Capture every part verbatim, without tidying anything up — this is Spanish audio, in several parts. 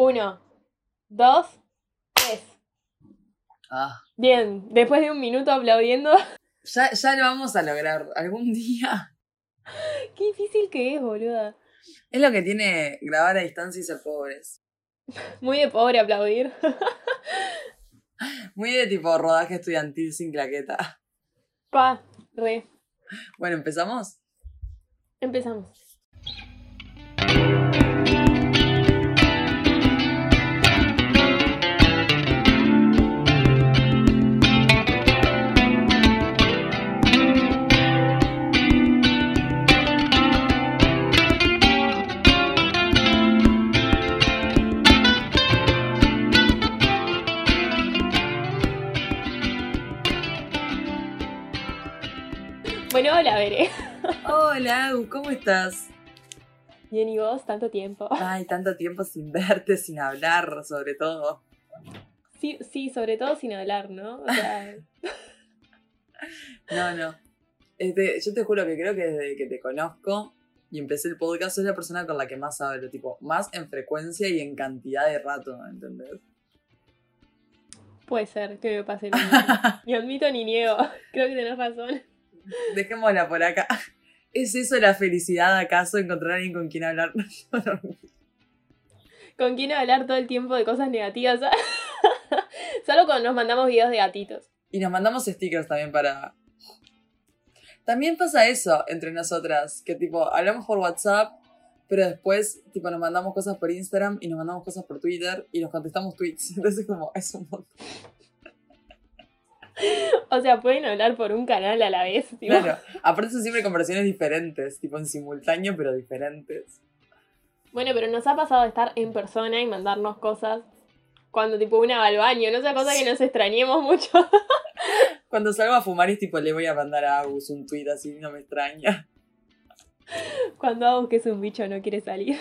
Uno, dos, tres. Ah. Bien, después de un minuto aplaudiendo. Ya, ya lo vamos a lograr algún día. Qué difícil que es, boluda. Es lo que tiene grabar a distancia y ser pobres. Muy de pobre aplaudir. Muy de tipo rodaje estudiantil sin claqueta. Pa, re. Bueno, ¿empezamos? Empezamos. Bueno, hola, Veré. Hola, Agus, ¿cómo estás? Bien, ¿y vos? Tanto tiempo. Ay, tanto tiempo sin verte, sin hablar, sobre todo. Sí, sí, sobre todo sin hablar, ¿no? O sea... No, no. Este, yo te juro que creo que desde que te conozco y empecé el podcast, sos la persona con la que más hablo, tipo, más en frecuencia y en cantidad de rato, ¿entendés? Puede ser que me pase lo mismo. Ni admito ni niego. Creo que tenés razón. Dejémosla por acá. ¿Es eso la felicidad acaso? ¿Encontrar a alguien con quien hablar? ¿Con quién hablar todo el tiempo de cosas negativas? Solo cuando nos mandamos videos de gatitos. Y nos mandamos stickers también para... También pasa eso entre nosotras, que tipo, hablamos por WhatsApp, pero después tipo nos mandamos cosas por Instagram y nos mandamos cosas por Twitter y nos contestamos tweets. Entonces como, es un montón. O sea, pueden hablar por un canal a la vez. Tipo. Claro, aparte son siempre conversaciones diferentes, tipo en simultáneo pero diferentes. Bueno, pero nos ha pasado de estar en persona y mandarnos cosas cuando tipo una va al baño, no sea cosa que nos extrañemos mucho. Cuando salgo a fumar es tipo, le voy a mandar a Agus un tweet así, no me extraña. Cuando Agus, que es un bicho, no quiere salir.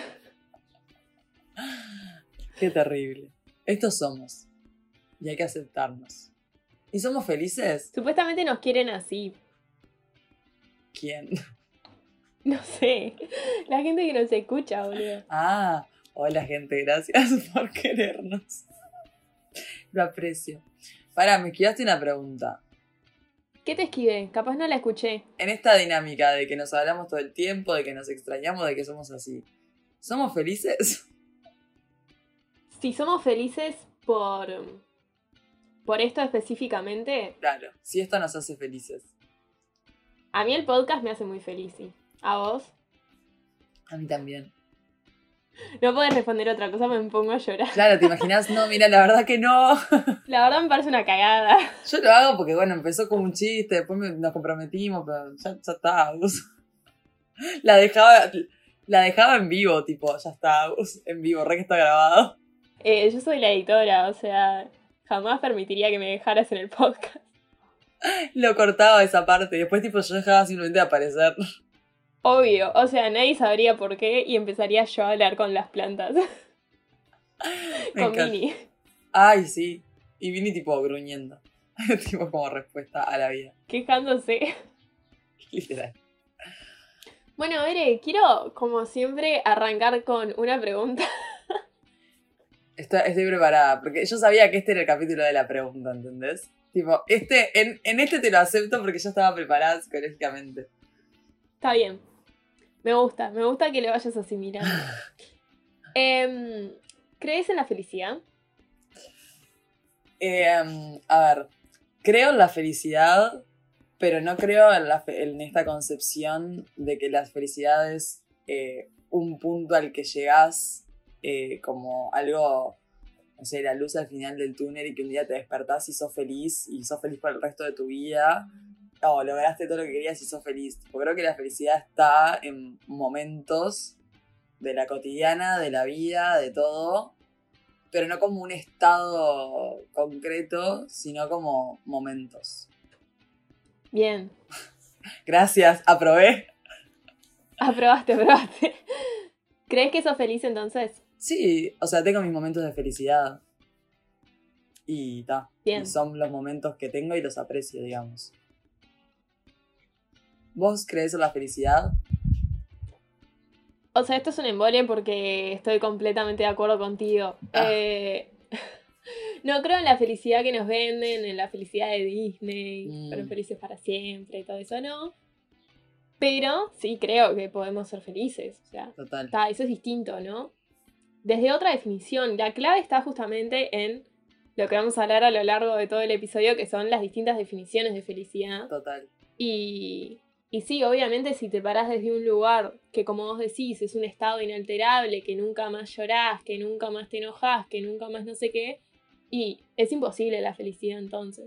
Qué terrible. Estos somos. Y hay que aceptarnos. ¿Y somos felices? Supuestamente nos quieren así. ¿Quién? No sé. La gente que nos escucha, boludo. Ah, hola gente, gracias por querernos. Lo aprecio. Pará, me esquivaste una pregunta. ¿Qué te esquivé? Capaz no la escuché. En esta dinámica de que nos hablamos todo el tiempo, de que nos extrañamos, de que somos así, ¿somos felices? Si somos felices por... por esto específicamente... Claro, si esto nos hace felices. A mí el podcast me hace muy feliz, sí. ¿A vos? A mí también. No podés responder otra cosa, me pongo a llorar. Claro, ¿te imaginas? No, mira, la verdad que no. La verdad me parece una cagada. Yo lo hago porque, bueno, empezó como un chiste, después me, nos comprometimos, pero ya, ya está. La dejaba, la dejaba en vivo, tipo, ya está, en vivo, re que está grabado. Eh, yo soy la editora, o sea, jamás permitiría que me dejaras en el podcast. Lo cortaba esa parte, y después, tipo, yo dejaba simplemente de aparecer. Obvio, o sea, nadie sabría por qué y empezaría yo a hablar con las plantas. Me con encanta. Vini. Ay, sí. Y Vini, tipo, gruñendo. Tipo, como respuesta a la vida. Quejándose. Literal. Bueno, Ere, quiero, como siempre, arrancar con una pregunta. Estoy, estoy preparada, porque yo sabía que este era el capítulo de la pregunta, ¿entendés? Tipo, este, en, en este te lo acepto porque yo estaba preparada psicológicamente. Está bien. Me gusta, me gusta que lo vayas asimilando. eh, ¿Crees en la felicidad? Eh, a ver, creo en la felicidad, pero no creo en, la fe- en esta concepción de que la felicidad es eh, un punto al que llegás eh, como algo, no sé, la luz al final del túnel y que un día te despertás y sos feliz y sos feliz por el resto de tu vida. O lograste todo lo que querías y sos feliz. Porque creo que la felicidad está en momentos de la cotidiana, de la vida, de todo, pero no como un estado concreto, sino como momentos. Bien. Gracias, aprobé. Aprobaste, aprobaste. ¿Crees que sos feliz entonces? Sí, o sea, tengo mis momentos de felicidad. Y ta. Bien. Y son los momentos que tengo y los aprecio, digamos. ¿Vos crees en la felicidad? O sea, esto es un embole porque estoy completamente de acuerdo contigo. Ah. Eh, no creo en la felicidad que nos venden, en la felicidad de Disney, Mm. fueron felices para siempre y todo eso, no. Pero sí creo que podemos ser felices. O sea, Total. está, eso es distinto, ¿no? Desde otra definición, la clave está justamente en lo que vamos a hablar a lo largo de todo el episodio, que son las distintas definiciones de felicidad. Total. Y, y sí, obviamente si te parás desde un lugar que, como vos decís, es un estado inalterable, que nunca más llorás, que nunca más te enojás, que nunca más no sé qué, y es imposible la felicidad entonces.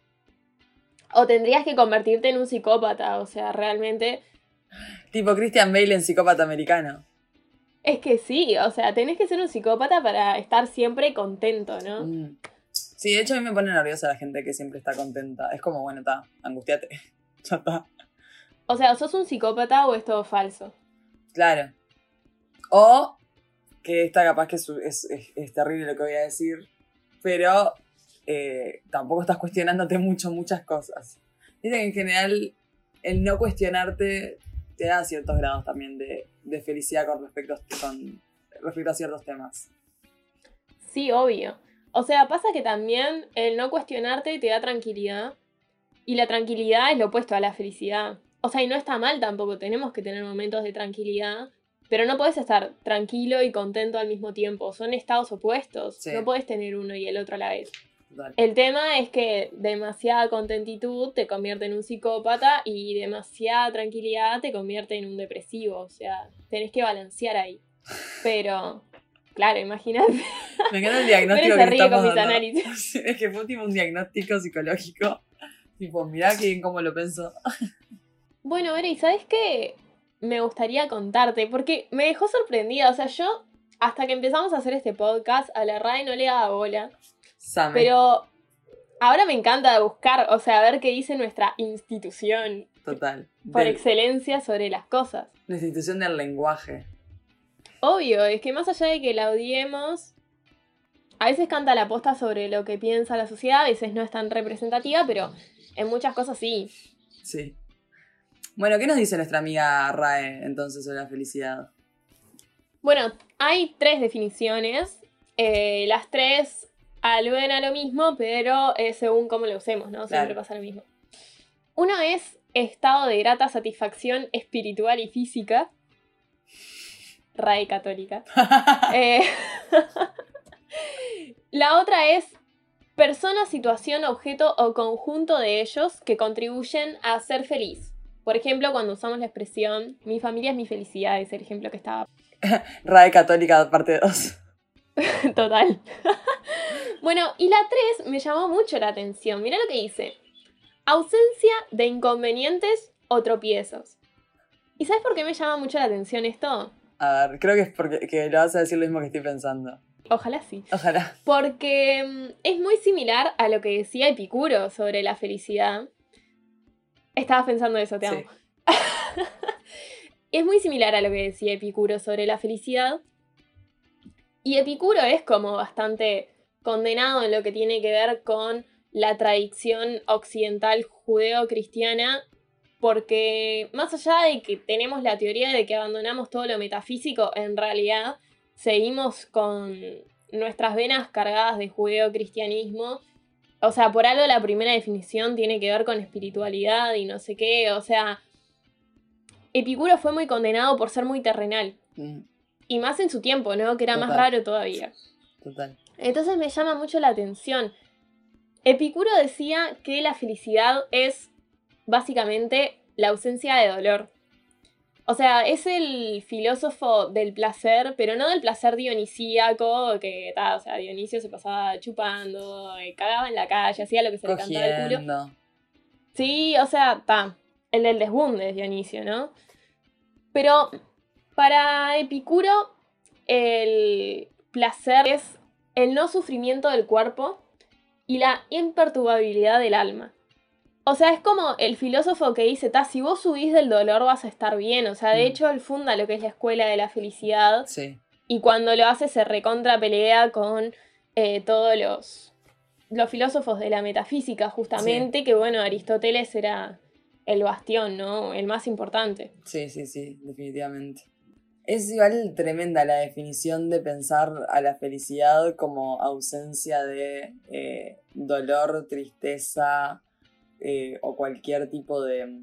O tendrías que convertirte en un psicópata, o sea, realmente... Tipo Christian Bale en Psicópata Americano. Es que sí, o sea, tenés que ser un psicópata para estar siempre contento, ¿no? Mm. Sí, de hecho a mí me pone nerviosa la gente que siempre está contenta. Es como, bueno, está, angustiate. Ya está. O sea, ¿sos un psicópata o es todo falso? Claro. O que esta capaz que es, es, es, es terrible lo que voy a decir, pero eh, tampoco estás cuestionándote mucho muchas cosas. Viste que en general el no cuestionarte te da ciertos grados también de, de felicidad con respecto, con respecto a ciertos temas. Sí, obvio. O sea, pasa que también el no cuestionarte te da tranquilidad. Y la tranquilidad es lo opuesto a la felicidad. O sea, y no está mal tampoco, tenemos que tener momentos de tranquilidad. Pero no podés estar tranquilo y contento al mismo tiempo. Son estados opuestos. Sí. No podés tener uno y el otro a la vez. Total. El tema es que demasiada contentitud te convierte en un psicópata y demasiada tranquilidad te convierte en un depresivo. O sea, tenés que balancear ahí. Pero, claro, imagínate. Me encanta el diagnóstico Pero que se ríe estamos con mis dando. análisis. Es que fue tipo un diagnóstico psicológico. Tipo, mirá que bien cómo lo pensó. Bueno, Vera, ¿y sabes qué? Me gustaría contarte, porque me dejó sorprendida. O sea, yo, hasta que empezamos a hacer este podcast, a la R A E no le daba bola. Same. Pero ahora me encanta buscar, o sea, ver qué dice nuestra institución Total. por Del- excelencia sobre las cosas. La institución del lenguaje. Obvio, es que más allá de que la odiemos, a veces canta la posta sobre lo que piensa la sociedad, a veces no es tan representativa, pero en muchas cosas sí. Sí. Bueno, ¿qué nos dice nuestra amiga Rae entonces sobre la felicidad? Bueno, hay tres definiciones. Eh, las tres aluden a lo mismo, pero es según cómo lo usemos, ¿no? Siempre Claro. pasa lo mismo. Uno es estado de grata satisfacción espiritual y física. R A E católica. Eh, la otra es persona, situación, objeto o conjunto de ellos que contribuyen a ser feliz. Por ejemplo, cuando usamos la expresión mi familia es mi felicidad, es el ejemplo que estaba. Rae Católica, parte dos. Total. Bueno, y la tres me llamó mucho la atención. Mirá lo que dice. Ausencia de inconvenientes o tropiezos. ¿Y sabes por qué me llama mucho la atención esto? A ver, creo que es porque que lo vas a decir lo mismo que estoy pensando. Ojalá sí. Ojalá. Porque mm, es muy similar a lo que decía Epicuro sobre la felicidad. Estabas pensando eso, te amo. Sí. Es muy similar a lo que decía Epicuro sobre la felicidad. Y Epicuro es como bastante condenado en lo que tiene que ver con la tradición occidental judeo-cristiana, porque más allá de que tenemos la teoría de que abandonamos todo lo metafísico, en realidad seguimos con nuestras venas cargadas de judeo-cristianismo. O sea, por algo la primera definición tiene que ver con espiritualidad y no sé qué. O sea, Epicuro fue muy condenado por ser muy terrenal. Mm, Y más en su tiempo, ¿no? Que era más Total. raro todavía. total. Entonces me llama mucho la atención. Epicuro decía que la felicidad es básicamente la ausencia de dolor. O sea, es el filósofo del placer, pero no del placer dionisíaco, que ta, o sea, Dionisio se pasaba chupando, eh, cagaba en la calle, hacía lo que se le cantaba el culo. Cogiendo. Sí, o sea, ta, el del desbunde es Dionisio, ¿no? Pero para Epicuro, el placer es el no sufrimiento del cuerpo y la imperturbabilidad del alma. O sea, es como el filósofo que dice, ta, si vos subís del dolor vas a estar bien. O sea, de Mm. hecho, él funda lo que es la escuela de la felicidad. Sí. Y cuando lo hace se recontra pelea con eh, todos los, los filósofos de la metafísica, justamente, que bueno, Aristóteles era el bastión, ¿no? El más importante. Sí, sí, sí, definitivamente. Es igual tremenda la definición de pensar a la felicidad como ausencia de eh, dolor, tristeza eh, o cualquier tipo de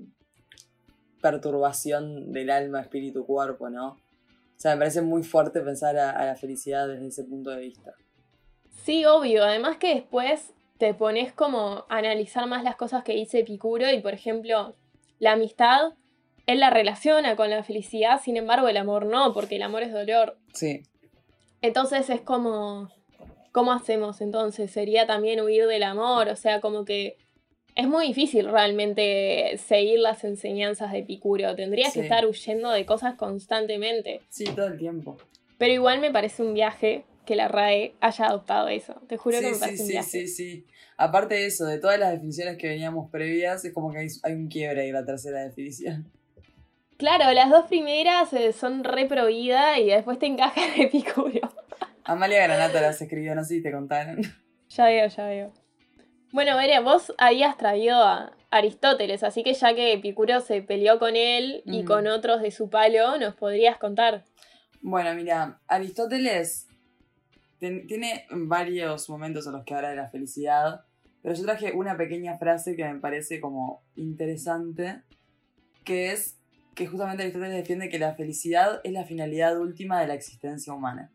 perturbación del alma, espíritu, cuerpo, ¿no? O sea, me parece muy fuerte pensar a, a la felicidad desde ese punto de vista. Sí, obvio. Además que después te pones como a analizar más las cosas que dice Epicuro y, por ejemplo, la amistad, él la relaciona con la felicidad, sin embargo el amor no, porque el amor es dolor. Sí. Entonces es como, ¿cómo hacemos entonces? Sería también huir del amor, o sea, como que es muy difícil realmente seguir las enseñanzas de Epicuro. Tendrías Sí. que estar huyendo de cosas constantemente. Sí, todo el tiempo. Pero igual me parece un viaje que la R A E haya adoptado eso. Te juro Sí, que me sí, parece un sí, viaje. sí, sí. Aparte de eso, de todas las definiciones que veníamos previas, es como que hay, hay un quiebre ahí en la tercera definición. Claro, las dos primeras eh, son re pro vida y después te encaja en Epicuro. Amalia Granata las escribió, no sé si te contaron. Ya veo, ya veo. Bueno, María, vos habías traído a Aristóteles, así que ya que Epicuro se peleó con él y Mm. con otros de su palo, nos podrías contar. Bueno, mira, Aristóteles ten- tiene varios momentos en los que habla de la felicidad, pero yo traje una pequeña frase que me parece como interesante, que es que justamente Aristóteles defiende que la felicidad es la finalidad última de la existencia humana.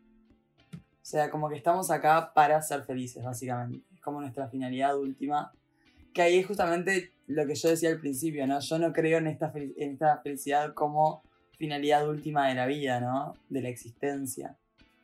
O sea, como que estamos acá para ser felices, básicamente. Es como nuestra finalidad última. Que ahí es justamente lo que yo decía al principio, ¿no? Yo no creo en esta, fel- en esta felicidad como finalidad última de la vida, ¿no? De la existencia.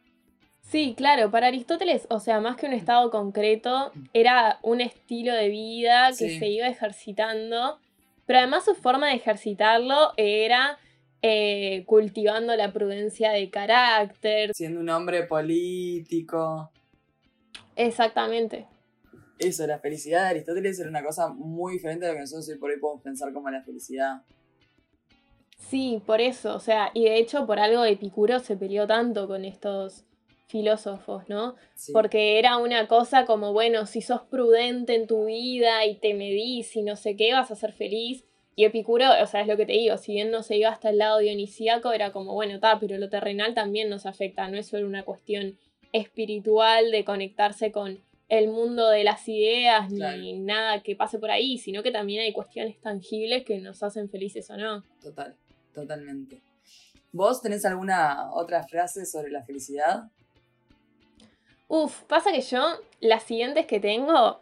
Sí, claro, para Aristóteles, o sea, más que un estado concreto, era un estilo de vida que Sí. se iba ejercitando, pero además su forma de ejercitarlo era eh, cultivando la prudencia de carácter. Siendo un hombre político. Exactamente. Eso, la felicidad de Aristóteles era una cosa muy diferente a lo que nosotros hoy por hoy podemos pensar como la felicidad. Sí, por eso, o sea, y de hecho por algo Epicuro se peleó tanto con estos filósofos, ¿no? Sí. Porque era una cosa como, bueno, si sos prudente en tu vida y te medís y no sé qué, vas a ser feliz. Y Epicuro, o sea, es lo que te digo, si bien no se iba hasta el lado dionisíaco, era como, bueno, ta, pero lo terrenal también nos afecta, no es solo una cuestión espiritual de conectarse con el mundo de las ideas Claro. ni nada que pase por ahí, sino que también hay cuestiones tangibles que nos hacen felices o no. Total, totalmente. ¿Vos tenés alguna otra frase sobre la felicidad? Uf, pasa que yo, las siguientes que tengo,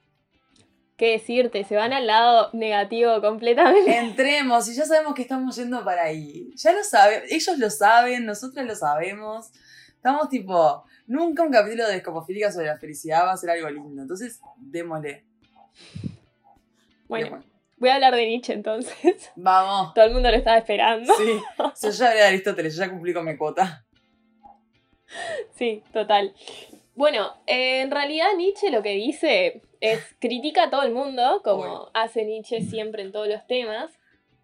qué decirte, se van al lado negativo completamente. Entremos, y ya sabemos que estamos yendo para ahí. Ya lo saben, ellos lo saben, nosotros lo sabemos. Estamos tipo, nunca un capítulo de Escopofílica sobre la felicidad va a ser algo lindo. Entonces, démosle. Bueno, démosle. voy a hablar de Nietzsche entonces. Vamos. Todo el mundo lo estaba esperando. Sí, yo ya hablé de Aristóteles, yo ya cumplí con mi cuota. Sí, total. Bueno, eh, en realidad Nietzsche lo que dice es critica a todo el mundo, como Obvio. hace Nietzsche siempre en todos los temas,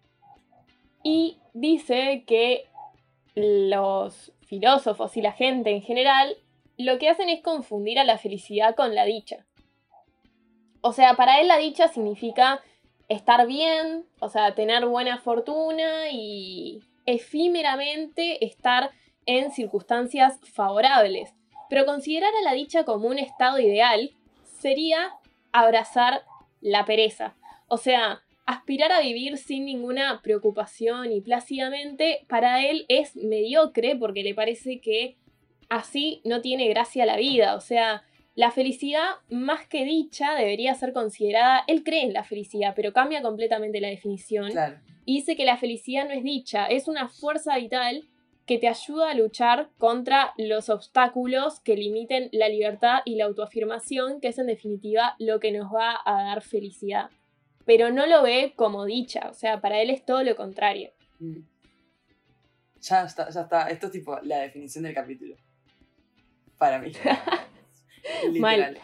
y dice que los filósofos y la gente en general lo que hacen es confundir a la felicidad con la dicha. O sea, para él la dicha significa estar bien, o sea, tener buena fortuna y efímeramente estar en circunstancias favorables. Pero considerar a la dicha como un estado ideal sería abrazar la pereza. O sea, aspirar a vivir sin ninguna preocupación y plácidamente, para él es mediocre porque le parece que así no tiene gracia la vida. O sea, la felicidad, más que dicha, debería ser considerada... Él cree en la felicidad, pero cambia completamente la definición. Claro. Y dice que la felicidad no es dicha, es una fuerza vital que te ayuda a luchar contra los obstáculos que limiten la libertad y la autoafirmación, que es en definitiva lo que nos va a dar felicidad. Pero no lo ve como dicha, o sea, para él es todo lo contrario. Mm. Ya está, ya está. Esto es tipo la definición del capítulo. Para mí. Literal. Mal.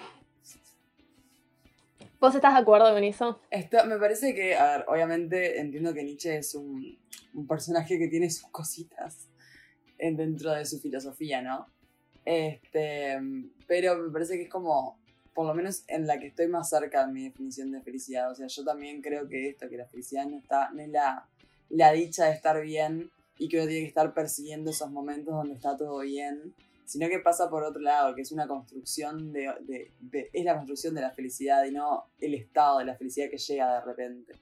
¿Vos estás de acuerdo con eso? Esto, me parece que, a ver, obviamente entiendo que Nietzsche es un, un personaje que tiene sus cositas en- dentro de su filosofía, ¿no? Este, pero me parece que es como, por lo menos en la que estoy más cerca de mi definición de felicidad. O sea, yo también creo que esto, que la felicidad no está, no es la, la dicha de estar bien, y que uno tiene que estar persiguiendo esos momentos donde está todo bien, sino que pasa por otro lado, que es una construcción de, de, de es la construcción de la felicidad y no el estado de la felicidad que llega de repente.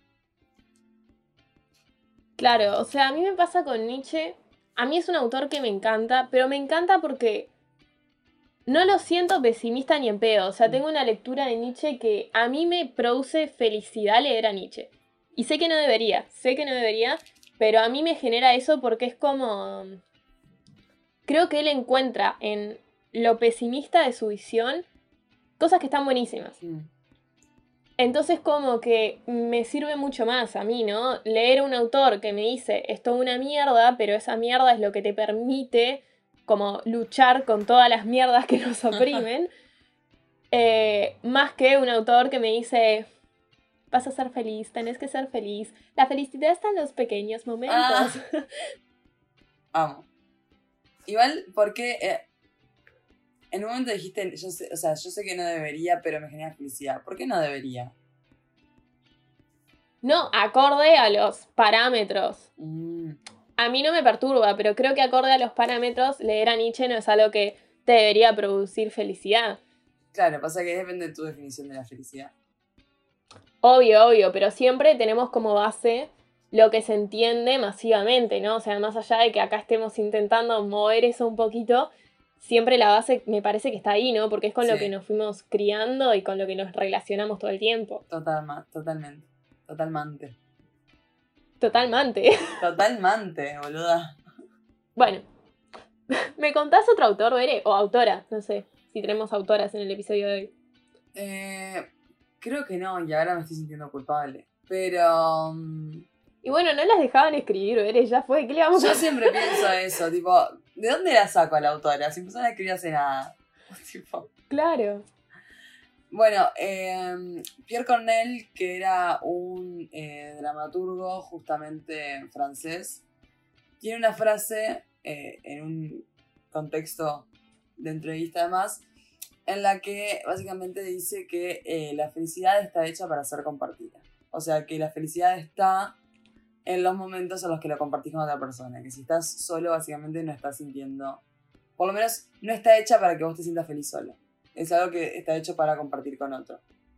Claro, o sea, a mí me pasa con Nietzsche. A mí es un autor que me encanta, pero me encanta porque no lo siento pesimista ni en pedo. O sea, tengo una lectura de Nietzsche que a mí me produce felicidad leer a Nietzsche. Y sé que no debería, sé que no debería, pero a mí me genera eso porque es como... Creo que él encuentra en lo pesimista de su visión cosas que están buenísimas. Mm. Entonces como que me sirve mucho más a mí, ¿no? Leer a un autor que me dice, esto es una mierda, pero esa mierda es lo que te permite como luchar con todas las mierdas que nos oprimen, eh, más que un autor que me dice, vas a ser feliz, tenés que ser feliz, la felicidad está en los pequeños momentos. Ah, amo. Igual, porque eh, en un momento dijiste, yo sé, o sea, yo sé que no debería, pero me genera felicidad. ¿Por qué no debería? No, acorde a los parámetros. Mm. A mí no me perturba, pero creo que acorde a los parámetros, leer a Nietzsche no es algo que te debería producir felicidad. Claro, pasa que depende de tu definición de la felicidad. Obvio, obvio, pero siempre tenemos como base lo que se entiende masivamente, ¿no? O sea, más allá de que acá estemos intentando mover eso un poquito, siempre la base me parece que está ahí, ¿no? Porque es con Sí. lo que nos fuimos criando y con lo que nos relacionamos todo el tiempo. Total, totalmente. Totalmente. Totalmente. Totalmente, boluda. Bueno, ¿me contás otro autor, Bere? O autora, no sé si tenemos autoras en el episodio de hoy. Eh, creo que no, y ahora me estoy sintiendo culpable. Pero... Um, y bueno, no las dejaban escribir, Bere, ya fue, ¿qué le vamos a yo hacer? siempre pienso eso, tipo, ¿de dónde la saco a la autora? Si empezaron a escribir hace nada. Tipo... Claro. Bueno, eh, Pierre Corneille, que era un eh, dramaturgo justamente francés, tiene una frase eh, en un contexto de entrevista además, en la que básicamente dice que eh, la felicidad está hecha para ser compartida. O sea, que la felicidad está en los momentos en los que lo compartís con otra persona. Que si estás solo, básicamente no estás sintiendo... Por lo menos no está hecha para que vos te sientas feliz solo. Es algo que está hecho para compartir con otro.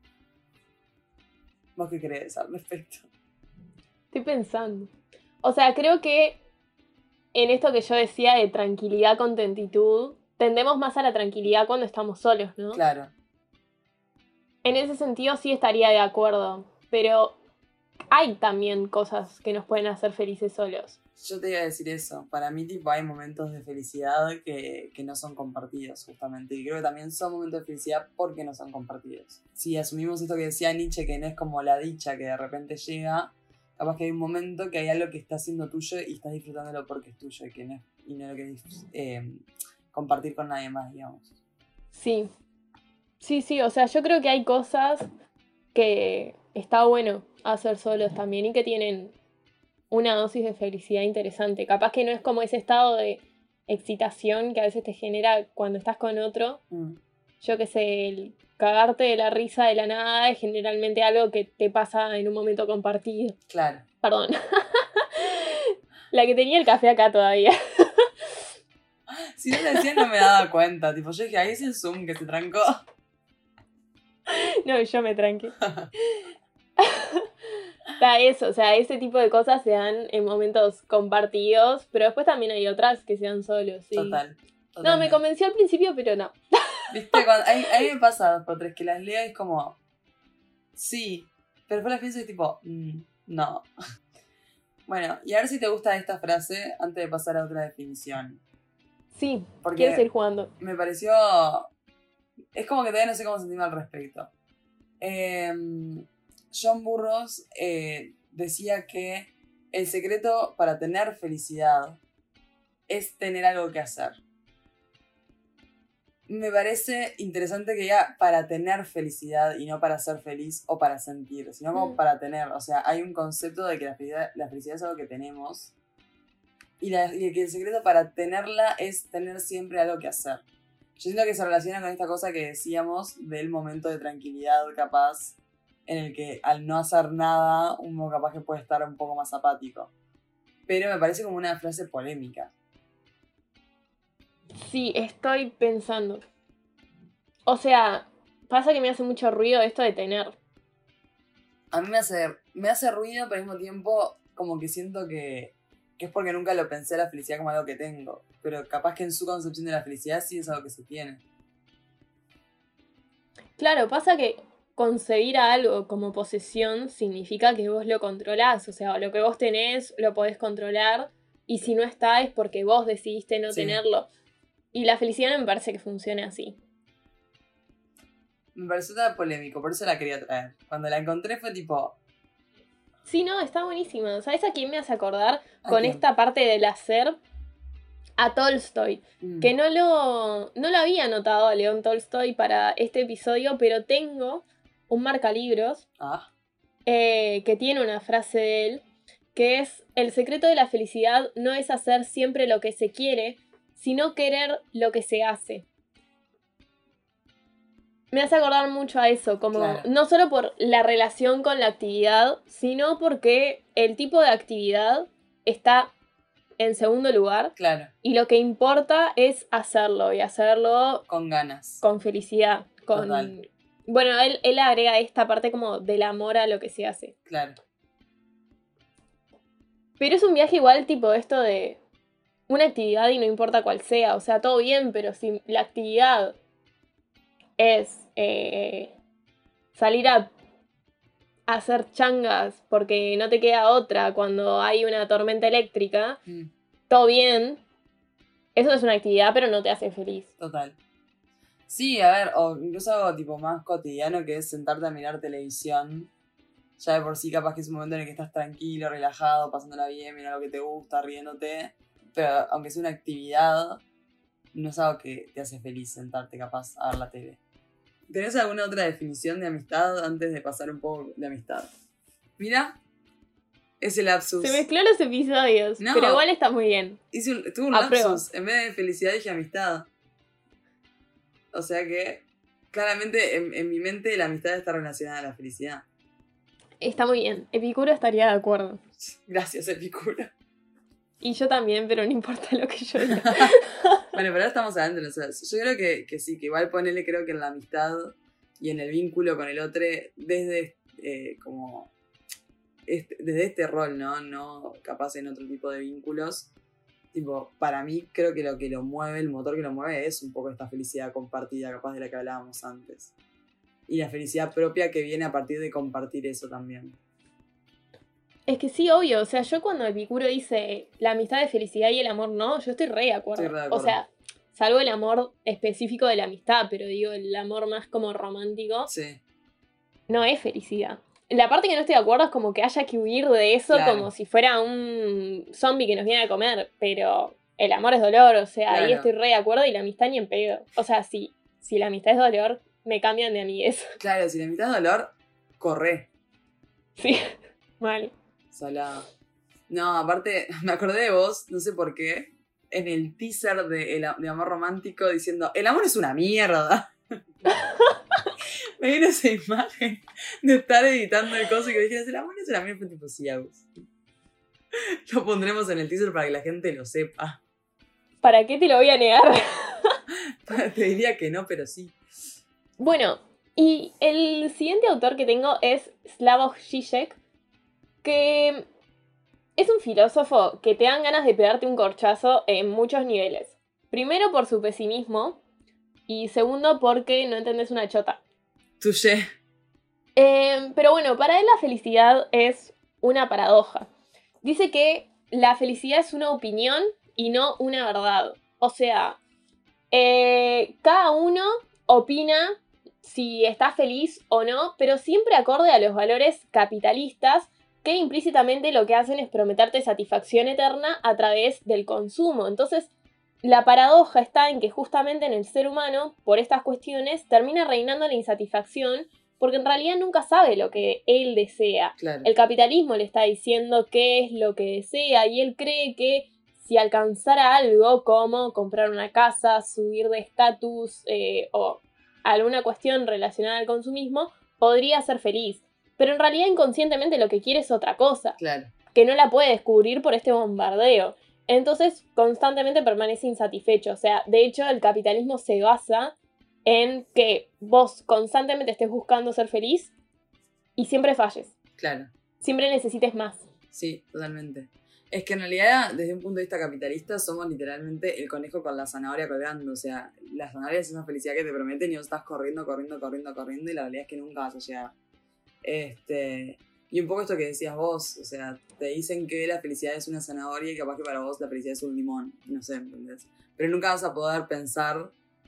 ¿Vos qué crees al respecto? Estoy pensando. O sea, creo que en esto que yo decía de tranquilidad, contentitud, tendemos más a la tranquilidad cuando estamos solos, ¿no? Claro. En ese sentido sí estaría de acuerdo, pero hay también cosas que nos pueden hacer felices solos. Yo te iba a decir eso. Para mí, tipo, hay momentos de felicidad que, que no son compartidos, justamente. Y creo que también son momentos de felicidad porque no son compartidos. Si asumimos esto que decía Nietzsche, que no es como la dicha que de repente llega, capaz que hay un momento que hay algo que está siendo tuyo y estás disfrutándolo porque es tuyo y, que no, y no lo querés eh, compartir con nadie más, digamos. Sí. Sí, sí, o sea, yo creo que hay cosas que está bueno hacer solos también y que tienen una dosis de felicidad interesante. Capaz que no es como ese estado de excitación que a veces te genera cuando estás con otro. Mm. Yo qué sé, el cagarte de la risa de la nada es generalmente algo que te pasa en un momento compartido. Claro. Perdón. La que tenía el café acá todavía. Si no lo decía no me daba cuenta. Tipo, yo dije, ahí es el Zoom que se trancó. No, yo me tranqué. Está eso, o sea, ese tipo de cosas se dan en momentos compartidos, pero después también hay otras que se dan solos, sí. Total. No, me convenció al principio, pero no. ¿Viste? Cuando, a, mí, a mí me pasa dos por tres que las leo y es como... Sí, pero después las pienso y tipo... Mm, no. Bueno, y a ver si te gusta esta frase antes de pasar a otra definición. Sí, porque quiero seguir jugando. Me pareció... Es como que todavía no sé cómo sentirme al respecto. Eh, John Burroughs eh, decía que el secreto para tener felicidad es tener algo que hacer. Me parece interesante que diga para tener felicidad y no para ser feliz o para sentir, sino como mm. para tener. O sea, hay un concepto de que la felicidad, la felicidad es algo que tenemos y, la, y que el secreto para tenerla es tener siempre algo que hacer. Yo siento que se relaciona con esta cosa que decíamos del momento de tranquilidad capaz, en el que al no hacer nada uno capaz que puede estar un poco más apático. pero me parece como una frase polémica. Sí, estoy pensando. O sea, pasa que me hace mucho ruido esto de tener. A mí me hace, me hace ruido, pero al mismo tiempo como que siento que, que es porque nunca lo pensé la felicidad como algo que tengo. Pero capaz que en su concepción de la felicidad sí es algo que se tiene. Claro, pasa que concebir a algo como posesión significa que vos lo controlás. O sea, lo que vos tenés lo podés controlar. Y si no está es porque vos decidiste no Sí. tenerlo. Y la felicidad no me parece que funcione así. Me pareció tan polémico, por eso la quería traer. Cuando la encontré fue tipo... Sí, no, está buenísima. ¿Sabes a quién me hace acordar ¿A con quién? esta parte del hacer? A Tolstoy. Mm. Que no lo, no lo había notado a León Tolstoy para este episodio, pero tengo un marcalibros Ah, eh, que tiene una frase de él, que es: el secreto de la felicidad no es hacer siempre lo que se quiere, sino querer lo que se hace. Me hace acordar mucho a eso, como claro. no solo por la relación con la actividad, sino porque el tipo de actividad está en segundo lugar Claro, y lo que importa es hacerlo y hacerlo con ganas. con felicidad, con... Total. Bueno, él, él agrega esta parte como del amor a lo que se hace. Claro. Pero es un viaje igual tipo esto de una actividad y no importa cuál sea, o sea, todo bien, pero si la actividad es eh, salir a hacer changas porque no te queda otra cuando hay una tormenta eléctrica, Mm, todo bien, eso es una actividad pero no te hace feliz. total. Sí, a ver, o incluso algo tipo más cotidiano que es sentarte a mirar televisión. Ya de por sí capaz que es un momento en el que estás tranquilo, relajado, pasándola bien, mirando lo que te gusta, riéndote. Pero aunque sea una actividad, no es algo que te hace feliz sentarte capaz a ver la tele. ¿Tenés alguna otra definición de amistad antes de pasar un poco de amistad? Mira, ese lapsus. Se mezcló los episodios, No. pero igual está muy bien. Hice un, tuve un Apruebo. lapsus. En vez de felicidad dije amistad. O sea que, claramente, en, en mi mente la amistad está relacionada a la felicidad. Está muy bien. Epicuro estaría de acuerdo. Gracias, Epicuro. Y yo también, pero no importa lo que yo diga. Bueno, pero ahora estamos hablando de nosotros. Yo creo que, que sí, que igual ponele creo que en la amistad y en el vínculo con el otro, desde eh, como este, desde este rol, ¿no? No capaz en otro tipo de vínculos. Tipo, para mí creo que lo que lo mueve, el motor que lo mueve es un poco esta felicidad compartida, capaz de la que hablábamos antes. Y la felicidad propia que viene a partir de compartir eso también. Es que sí, obvio. O sea, yo cuando Epicuro dice la amistad de felicidad y el amor no, yo estoy re de acuerdo. Estoy re de acuerdo. O sea, salvo el amor específico de la amistad, pero digo, el amor más como romántico, Sí, no es felicidad. La parte que no estoy de acuerdo es como que haya que huir de eso Claro. como si fuera un zombie que nos viene a comer, pero el amor es dolor, o sea, ahí Claro. estoy re de acuerdo y la amistad ni en pedo. O sea, si, si la amistad es dolor, me cambian de amigues. claro, si la amistad es dolor, corre. Sí, mal. Salado. No, aparte, me acordé de vos, no sé por qué, en el teaser de, el, de Amor Romántico diciendo, el amor es una mierda. Me vino esa imagen de estar editando el coso y que dijeras, el amor es una mierda. Fue tipo, sí, Agus. Lo pondremos en el teaser para que la gente lo sepa. ¿Para qué te lo voy a negar? Te diría que no, pero sí. Bueno, y el siguiente autor que tengo es Slavoj Žižek, que es un filósofo que te dan ganas de pegarte un corchazo en muchos niveles. Primero por su pesimismo y segundo porque no entendés una chota. Touché. Eh, pero bueno, para él la felicidad es una paradoja. Dice que la felicidad es una opinión y no una verdad. O sea, eh, cada uno opina si está feliz o no, pero siempre acorde a los valores capitalistas que implícitamente lo que hacen es prometerte satisfacción eterna a través del consumo. Entonces, la paradoja está en que justamente en el ser humano, por estas cuestiones, termina reinando la insatisfacción porque en realidad nunca sabe lo que él desea. Claro. El capitalismo le está diciendo qué es lo que desea y él cree que si alcanzara algo como comprar una casa, subir de estatus eh, o alguna cuestión relacionada al consumismo, podría ser feliz. Pero en realidad inconscientemente lo que quiere es otra cosa. Claro. que no la puede descubrir por este bombardeo. Entonces, constantemente permanece insatisfecho. O sea, de hecho, el capitalismo se basa en que vos constantemente estés buscando ser feliz y siempre falles. Claro. Siempre necesites más. Sí, totalmente. Es que en realidad, desde un punto de vista capitalista, somos literalmente el conejo con la zanahoria colgando. O sea, la zanahoria es una felicidad que te prometen y vos estás corriendo, corriendo, corriendo, corriendo y la realidad es que nunca vas a llegar. Este... Y un poco esto que decías vos, o sea, te dicen que la felicidad es una zanahoria y capaz que para vos la felicidad es un limón, no sé, ¿entendés? Pero nunca vas a poder pensar,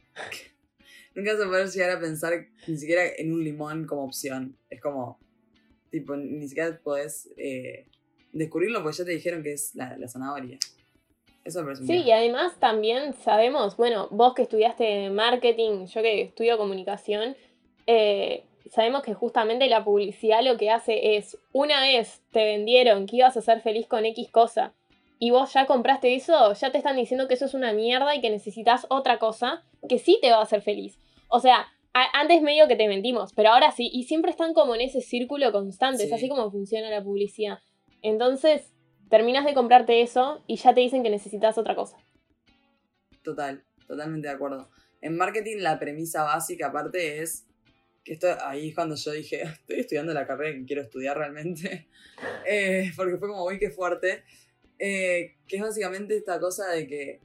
nunca vas a poder llegar a pensar ni siquiera en un limón como opción. Es como, tipo, ni siquiera podés eh, descubrirlo porque ya te dijeron que es la, la zanahoria. Eso me parece un Sí, y además también sabemos, bueno, vos que estudiaste marketing, yo que estudio comunicación, eh... sabemos que justamente la publicidad lo que hace es, una vez te vendieron que ibas a ser feliz con X cosa y vos ya compraste eso, ya te están diciendo que eso es una mierda y que necesitas otra cosa que sí te va a hacer feliz. O sea, a- antes medio que te mentimos, pero ahora sí, y siempre están como en ese círculo constante, Sí. es así como funciona la publicidad. Entonces, terminas de comprarte eso y ya te dicen que necesitas otra cosa. Total, totalmente de acuerdo. En marketing la premisa básica aparte es que esto ahí es cuando yo dije, estoy estudiando la carrera que quiero estudiar realmente, eh, porque fue como, uy, qué fuerte, eh, que es básicamente esta cosa de que,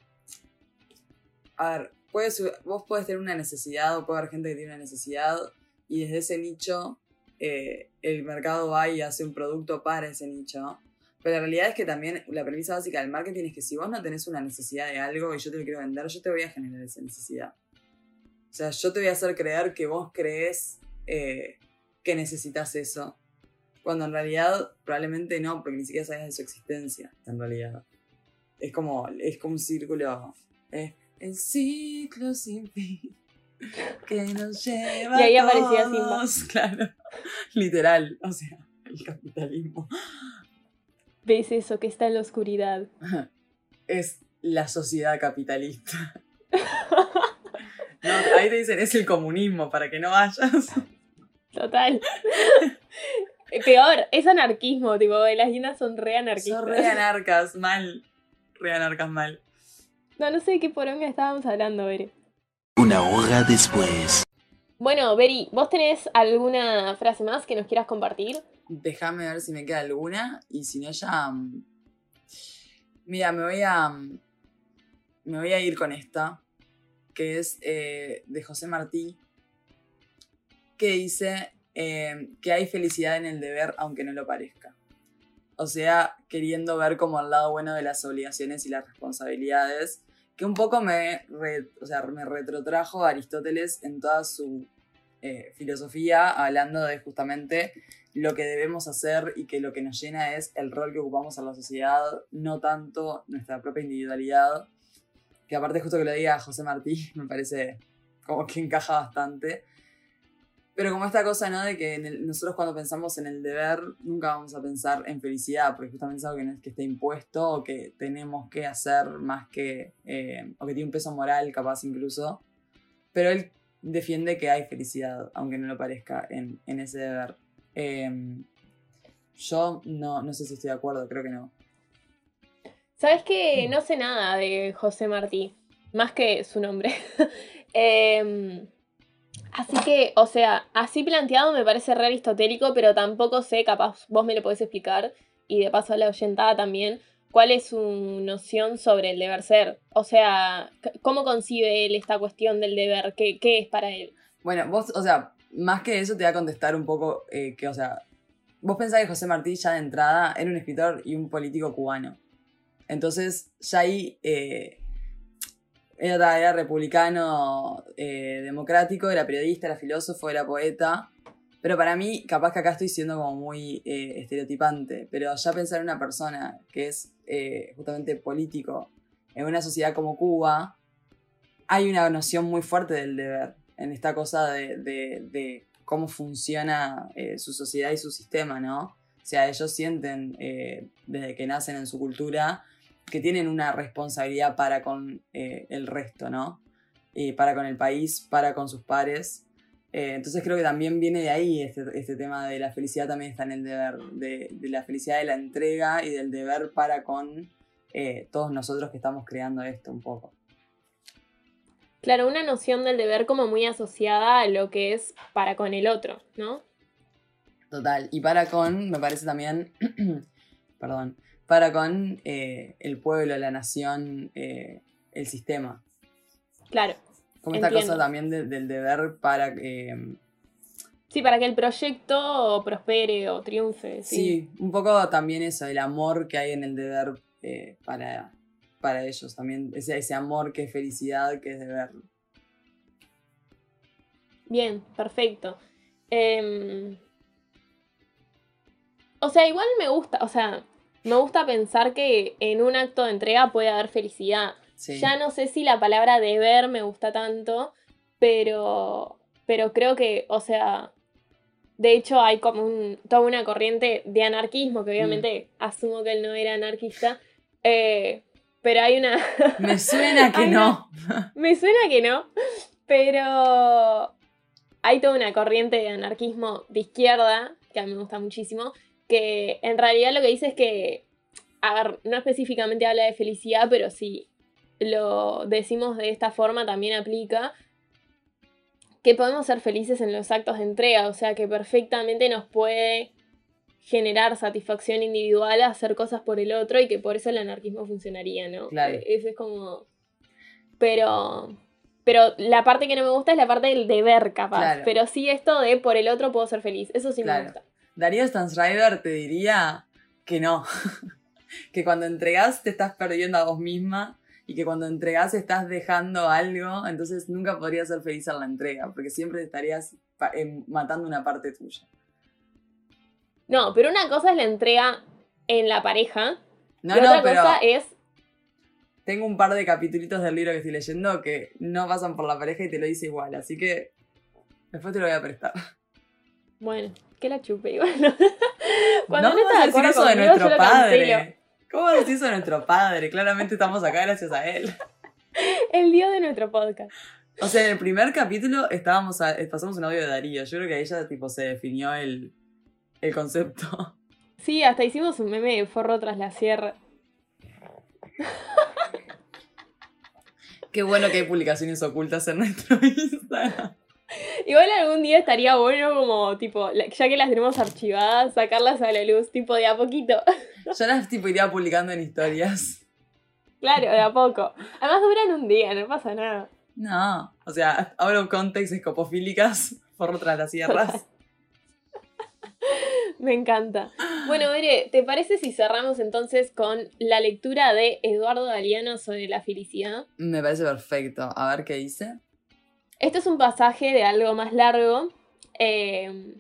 a ver, puedes, vos podés tener una necesidad o puede haber gente que tiene una necesidad y desde ese nicho eh, el mercado va y hace un producto para ese nicho, ¿no? Pero la realidad es que también la premisa básica del marketing es que si vos no tenés una necesidad de algo y yo te lo quiero vender, yo te voy a generar esa necesidad. O sea, yo te voy a hacer creer que vos crees eh, que necesitas eso. Cuando en realidad probablemente no, porque ni siquiera sabes de su existencia. En realidad. Es como, es como un círculo. Es el ciclo sin fin que nos lleva Y ahí a aparecía todos. Simba. Claro. Literal. O sea, el capitalismo. ¿Ves eso que está en la oscuridad? Es la sociedad capitalista. No, ahí te dicen, es el comunismo, para que no vayas. Total. Peor, es anarquismo, tipo, las guinas son re anarquistas. Son re anarcas, mal. Re anarcas, mal. No, no sé de qué poronga estábamos hablando, Beri. Una hora después. Bueno, Beri, ¿vos tenés alguna frase más que nos quieras compartir? Déjame ver si me queda alguna. Y si no, ya. um, Mira, me voy a. um, Me voy a ir con esta. Que es eh, de José Martí. Que dice eh, que hay felicidad en el deber, aunque no lo parezca. O sea, queriendo ver como el lado bueno de las obligaciones y las responsabilidades. Que un poco me, re- o sea, me retrotrajo a Aristóteles en toda su eh, filosofía, hablando de justamente lo que debemos hacer y que lo que nos llena es el rol que ocupamos en la sociedad, no tanto nuestra propia individualidad. Que aparte justo que lo diga José Martí, me parece como que encaja bastante. Pero como esta cosa, ¿no? De que en el- nosotros cuando pensamos en el deber, nunca vamos a pensar en felicidad, porque justamente es algo que no es que esté impuesto o que tenemos que hacer más que... eh, o que tiene un peso moral, capaz incluso. Pero él defiende que hay felicidad, aunque no lo parezca, en, en ese deber. Eh, yo no, no sé si estoy de acuerdo, creo que no. ¿Sabes qué? No sé nada de José Martí, más que su nombre. Em, así que, o sea, así planteado me parece re aristotélico, pero tampoco sé, capaz vos me lo podés explicar, y de paso a la oyentada también, cuál es su noción sobre el deber ser. O sea, c- ¿cómo concibe él esta cuestión del deber? ¿Qué, qué es para él? Bueno, vos, o sea, más que eso te voy a contestar un poco eh, que, o sea, vos pensás que José Martí ya de entrada era un escritor y un político cubano. Entonces, ya ahí eh, era, era republicano eh, democrático, era periodista, era filósofo, era poeta. Pero para mí, capaz que acá estoy siendo como muy eh, estereotipante. Pero ya pensar en una persona que es eh, justamente político en una sociedad como Cuba, hay una noción muy fuerte del deber. En esta cosa de, de, de cómo funciona eh, su sociedad y su sistema, ¿no? O sea, ellos sienten eh, desde que nacen en su cultura que tienen una responsabilidad para con eh, el resto, ¿no? Y para con el país, para con sus pares. Eh, entonces creo que también viene de ahí este, este tema de la felicidad, también está en el deber, de, de la felicidad de la entrega y del deber para con eh, todos nosotros que estamos creando esto un poco. Claro, una noción del deber como muy asociada a lo que es para con el otro, ¿no? Total. Y para con, me parece también, perdón, para con eh, el pueblo, la nación, eh, el sistema. Claro. Como esta entiendo. cosa también de, del deber para... Eh, Sí, para que el proyecto prospere o triunfe. Sí, sí, un poco también eso, el amor que hay en el deber eh, para, para ellos. También ese, ese amor que es felicidad, que es deber. Bien, perfecto. Eh, o sea, igual me gusta, o sea, me gusta pensar que en un acto de entrega puede haber felicidad. Sí. Ya no sé si la palabra deber me gusta tanto, pero, pero creo que, o sea, de hecho hay como un, toda una corriente de anarquismo, que obviamente mm. asumo que él no era anarquista, eh, pero hay una... Me suena que no. Una, me suena que no, pero hay toda una corriente de anarquismo de izquierda, que a mí me gusta muchísimo, que en realidad lo que dice es que, a ver, no específicamente habla de felicidad, pero si lo decimos de esta forma también aplica que podemos ser felices en los actos de entrega, o sea que perfectamente nos puede generar satisfacción individual hacer cosas por el otro y que por eso el anarquismo funcionaría, ¿no? Claro. Eso es como... Pero... Pero la parte que no me gusta es la parte del deber, capaz. Claro. Pero sí esto de por el otro puedo ser feliz. Eso sí claro. me gusta. Darío Stanzreiber te diría que no. Que cuando entregás te estás perdiendo a vos misma y que cuando entregás estás dejando algo, entonces nunca podrías ser feliz en la entrega, porque siempre estarías matando una parte tuya. No, pero una cosa es la entrega en la pareja. No, y no, otra pero... cosa es... Tengo un par de capitulitos del libro que estoy leyendo que no pasan por la pareja y te lo dice igual, así que después te lo voy a prestar. Bueno, que la chupe igual. Cuando no, no vas a decir eso de nuestro padre. Cancelo. ¿Cómo vas a decir eso de nuestro padre? Claramente estamos acá gracias a él. El dios de nuestro podcast. O sea, en el primer capítulo estábamos a, pasamos un audio de Darío. Yo creo que ahí ya tipo, se definió el, el concepto. Sí, hasta hicimos un meme de forro tras la sierra. Qué bueno que hay publicaciones ocultas en nuestro Instagram. Igual algún día estaría bueno como, tipo, ya que las tenemos archivadas, sacarlas a la luz, tipo, de a poquito. Yo las tipo iría publicando en historias. Claro, de a poco. Además duran un día, no pasa nada. No, o sea, out of context, escopofílicas, forro tras las sierras. Me encanta. Bueno, Bere, ¿te parece si cerramos entonces con la lectura de Eduardo Galeano sobre la felicidad? Me parece perfecto. A ver qué dice. Este es un pasaje de algo más largo. Eh,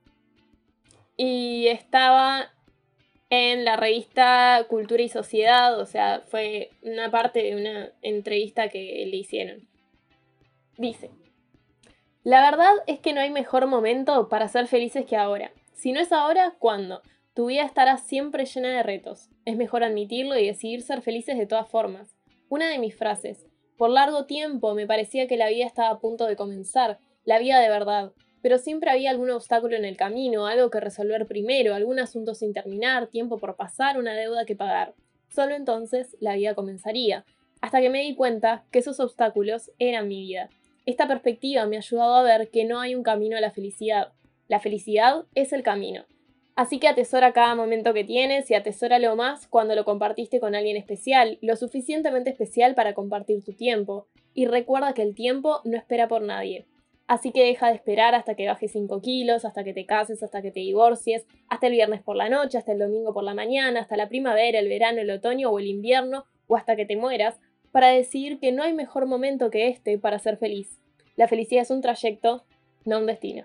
y estaba en la revista Cultura y Sociedad. O sea, fue una parte de una entrevista que le hicieron. Dice: la verdad es que no hay mejor momento para ser felices que ahora. Si no es ahora, ¿cuándo? Tu vida estará siempre llena de retos. Es mejor admitirlo y decidir ser felices de todas formas. Una de mis frases. Por largo tiempo me parecía que la vida estaba a punto de comenzar, la vida de verdad. Pero siempre había algún obstáculo en el camino, algo que resolver primero, algún asunto sin terminar, tiempo por pasar, una deuda que pagar. Solo entonces la vida comenzaría. Hasta que me di cuenta que esos obstáculos eran mi vida. Esta perspectiva me ha ayudado a ver que no hay un camino a la felicidad. La felicidad es el camino. Así que atesora cada momento que tienes y atesóralo más cuando lo compartiste con alguien especial, lo suficientemente especial para compartir tu tiempo. Y recuerda que el tiempo no espera por nadie. Así que deja de esperar hasta que bajes cinco kilos, hasta que te cases, hasta que te divorcies, hasta el viernes por la noche, hasta el domingo por la mañana, hasta la primavera, el verano, el otoño o el invierno, o hasta que te mueras, para decidir que no hay mejor momento que este para ser feliz. La felicidad es un trayecto, no un destino.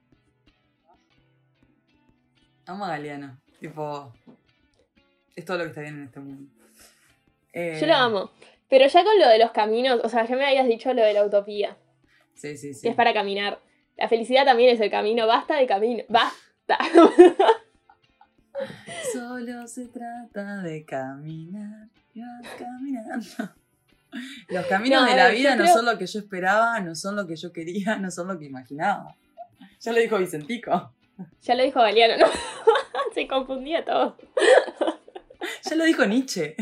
Amo a Galeano. Tipo, es todo lo que está bien en este mundo. Eh... Yo lo amo. Pero ya con lo de los caminos, o sea, ya me habías dicho lo de la utopía. Sí, sí, sí. Que es para caminar. La felicidad también es el camino. Basta de camino. ¡Basta! Solo se trata de caminar. Y vas caminando. Los caminos No, de a la ver, vida yo no creo- son lo que yo esperaba, no son lo que yo quería, no son lo que imaginaba. Ya lo dijo Vicentico. Ya lo dijo Galeano, ¿no? Se confundía todo. Ya lo dijo Nietzsche.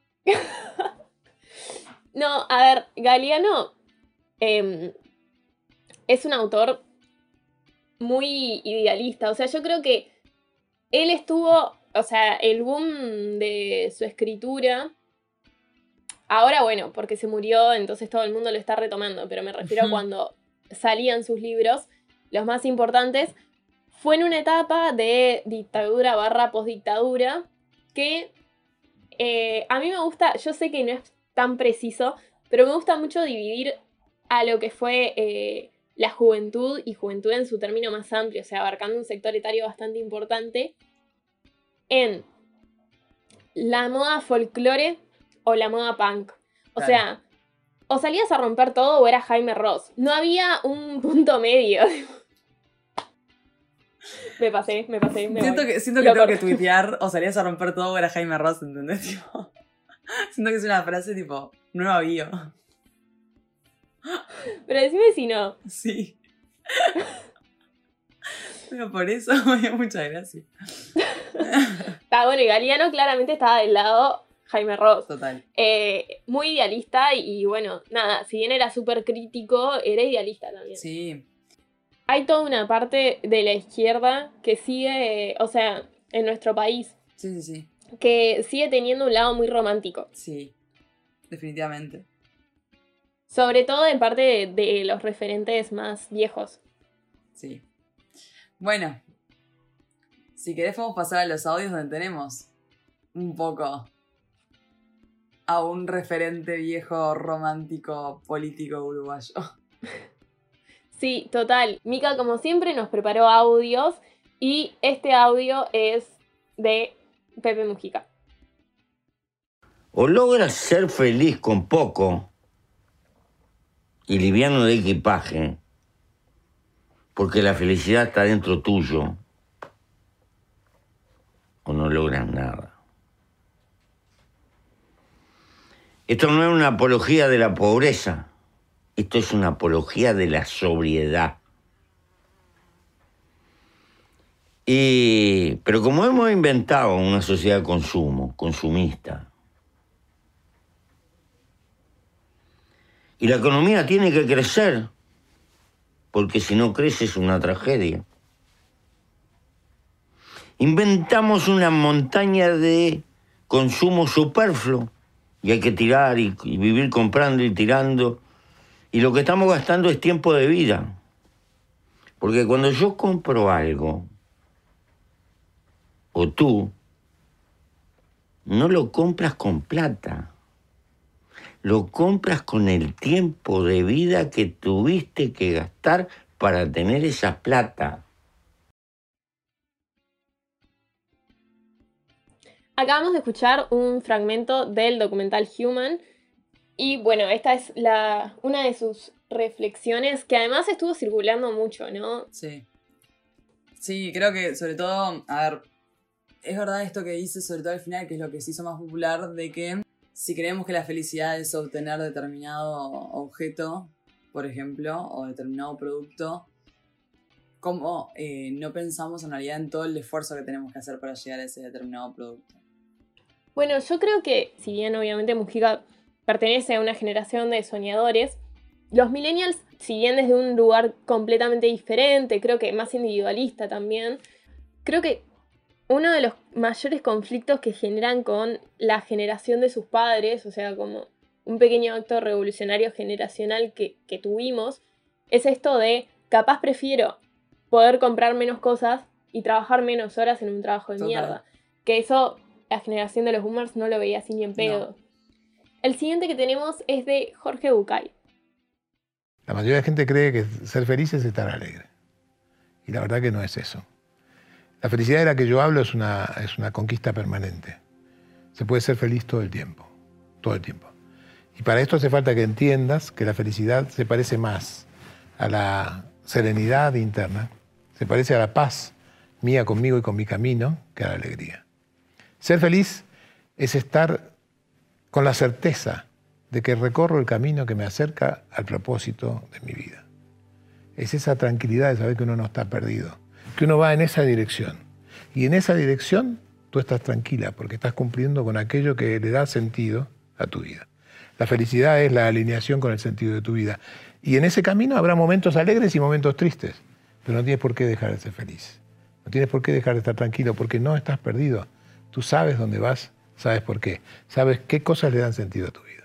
No, a ver, Galeano eh, es un autor muy idealista. O sea, yo creo que él estuvo, o sea, el boom de su escritura. Ahora, bueno, porque se murió, entonces todo el mundo lo está retomando, pero me refiero a Ujú. cuando salían sus libros, los más importantes, fue en una etapa de dictadura barra postdictadura que eh, a mí me gusta, yo sé que no es tan preciso, pero me gusta mucho dividir a lo que fue eh, la juventud y juventud en su término más amplio, o sea, abarcando un sector etario bastante importante, en la moda folclore o la moda punk. O Claro. sea, o salías a romper todo o era Jaime Ross. No había un punto medio. me pasé, me pasé, me Siento voy. que, siento que Lo tengo que corto. tuitear o salías a romper todo o era Jaime Ross, ¿entendés? Tipo, siento que es una frase tipo, nueva bio. Pero decime si no. Sí. Pero por eso me dio mucha gracia. Está bueno, y Galeano claramente estaba del lado Jaime Ross. Total. Eh, muy idealista y, y bueno, nada, si bien era súper crítico, era idealista también. Sí. Hay toda una parte de la izquierda que sigue, o sea, en nuestro país, Sí, sí, sí. que sigue teniendo un lado muy romántico. Sí. Definitivamente. Sobre todo en parte de, de los referentes más viejos. Sí. Bueno. Si querés podemos pasar a los audios donde tenemos un poco a un referente viejo romántico político uruguayo. Sí, total. Mika, como siempre, nos preparó audios y este audio es de Pepe Mujica. O logras ser feliz con poco y liviano de equipaje, porque la felicidad está dentro tuyo, o no logras nada. Esto no es una apología de la pobreza, esto es una apología de la sobriedad. Y, pero como hemos inventado una sociedad de consumo, consumista, y la economía tiene que crecer, porque si no crece es una tragedia. Inventamos una montaña de consumo superfluo y hay que tirar y, y vivir comprando y tirando. Y lo que estamos gastando es tiempo de vida. Porque cuando yo compro algo, o tú, no lo compras con plata. Lo compras con el tiempo de vida que tuviste que gastar para tener esa plata. Acabamos de escuchar un fragmento del documental Human y bueno, esta es la, una de sus reflexiones que además estuvo circulando mucho, ¿no? Sí. Sí, creo que sobre todo, a ver, es verdad esto que dice, sobre todo al final, que es lo que se hizo más popular, de que si creemos que la felicidad es obtener determinado objeto, por ejemplo, o determinado producto, ¿cómo eh, no pensamos en realidad en todo el esfuerzo que tenemos que hacer para llegar a ese determinado producto? Bueno, yo creo que, si bien obviamente Mujica pertenece a una generación de soñadores, los millennials, si bien desde un lugar completamente diferente, creo que más individualista también, creo que uno de los mayores conflictos que generan con la generación de sus padres, o sea, como un pequeño acto revolucionario generacional que, que tuvimos, es esto de, capaz prefiero poder comprar menos cosas y trabajar menos horas en un trabajo de Total. mierda. Que eso, la generación de los boomers no lo veía así ni en pedo. No. El siguiente que tenemos es de Jorge Bucay. La mayoría de la gente cree que ser feliz es estar alegre. Y la verdad que no es eso. La felicidad de la que yo hablo es una, es una conquista permanente. Se puede ser feliz todo el tiempo, todo el tiempo. Y para esto hace falta que entiendas que la felicidad se parece más a la serenidad interna, se parece a la paz mía conmigo y con mi camino, que a la alegría. Ser feliz es estar con la certeza de que recorro el camino que me acerca al propósito de mi vida. Es esa tranquilidad de saber que uno no está perdido, que uno va en esa dirección. Y en esa dirección tú estás tranquila porque estás cumpliendo con aquello que le da sentido a tu vida. La felicidad es la alineación con el sentido de tu vida. Y en ese camino habrá momentos alegres y momentos tristes, pero no tienes por qué dejar de ser feliz. No tienes por qué dejar de estar tranquilo porque no estás perdido. Tú sabes dónde vas, sabes por qué, sabes qué cosas le dan sentido a tu vida.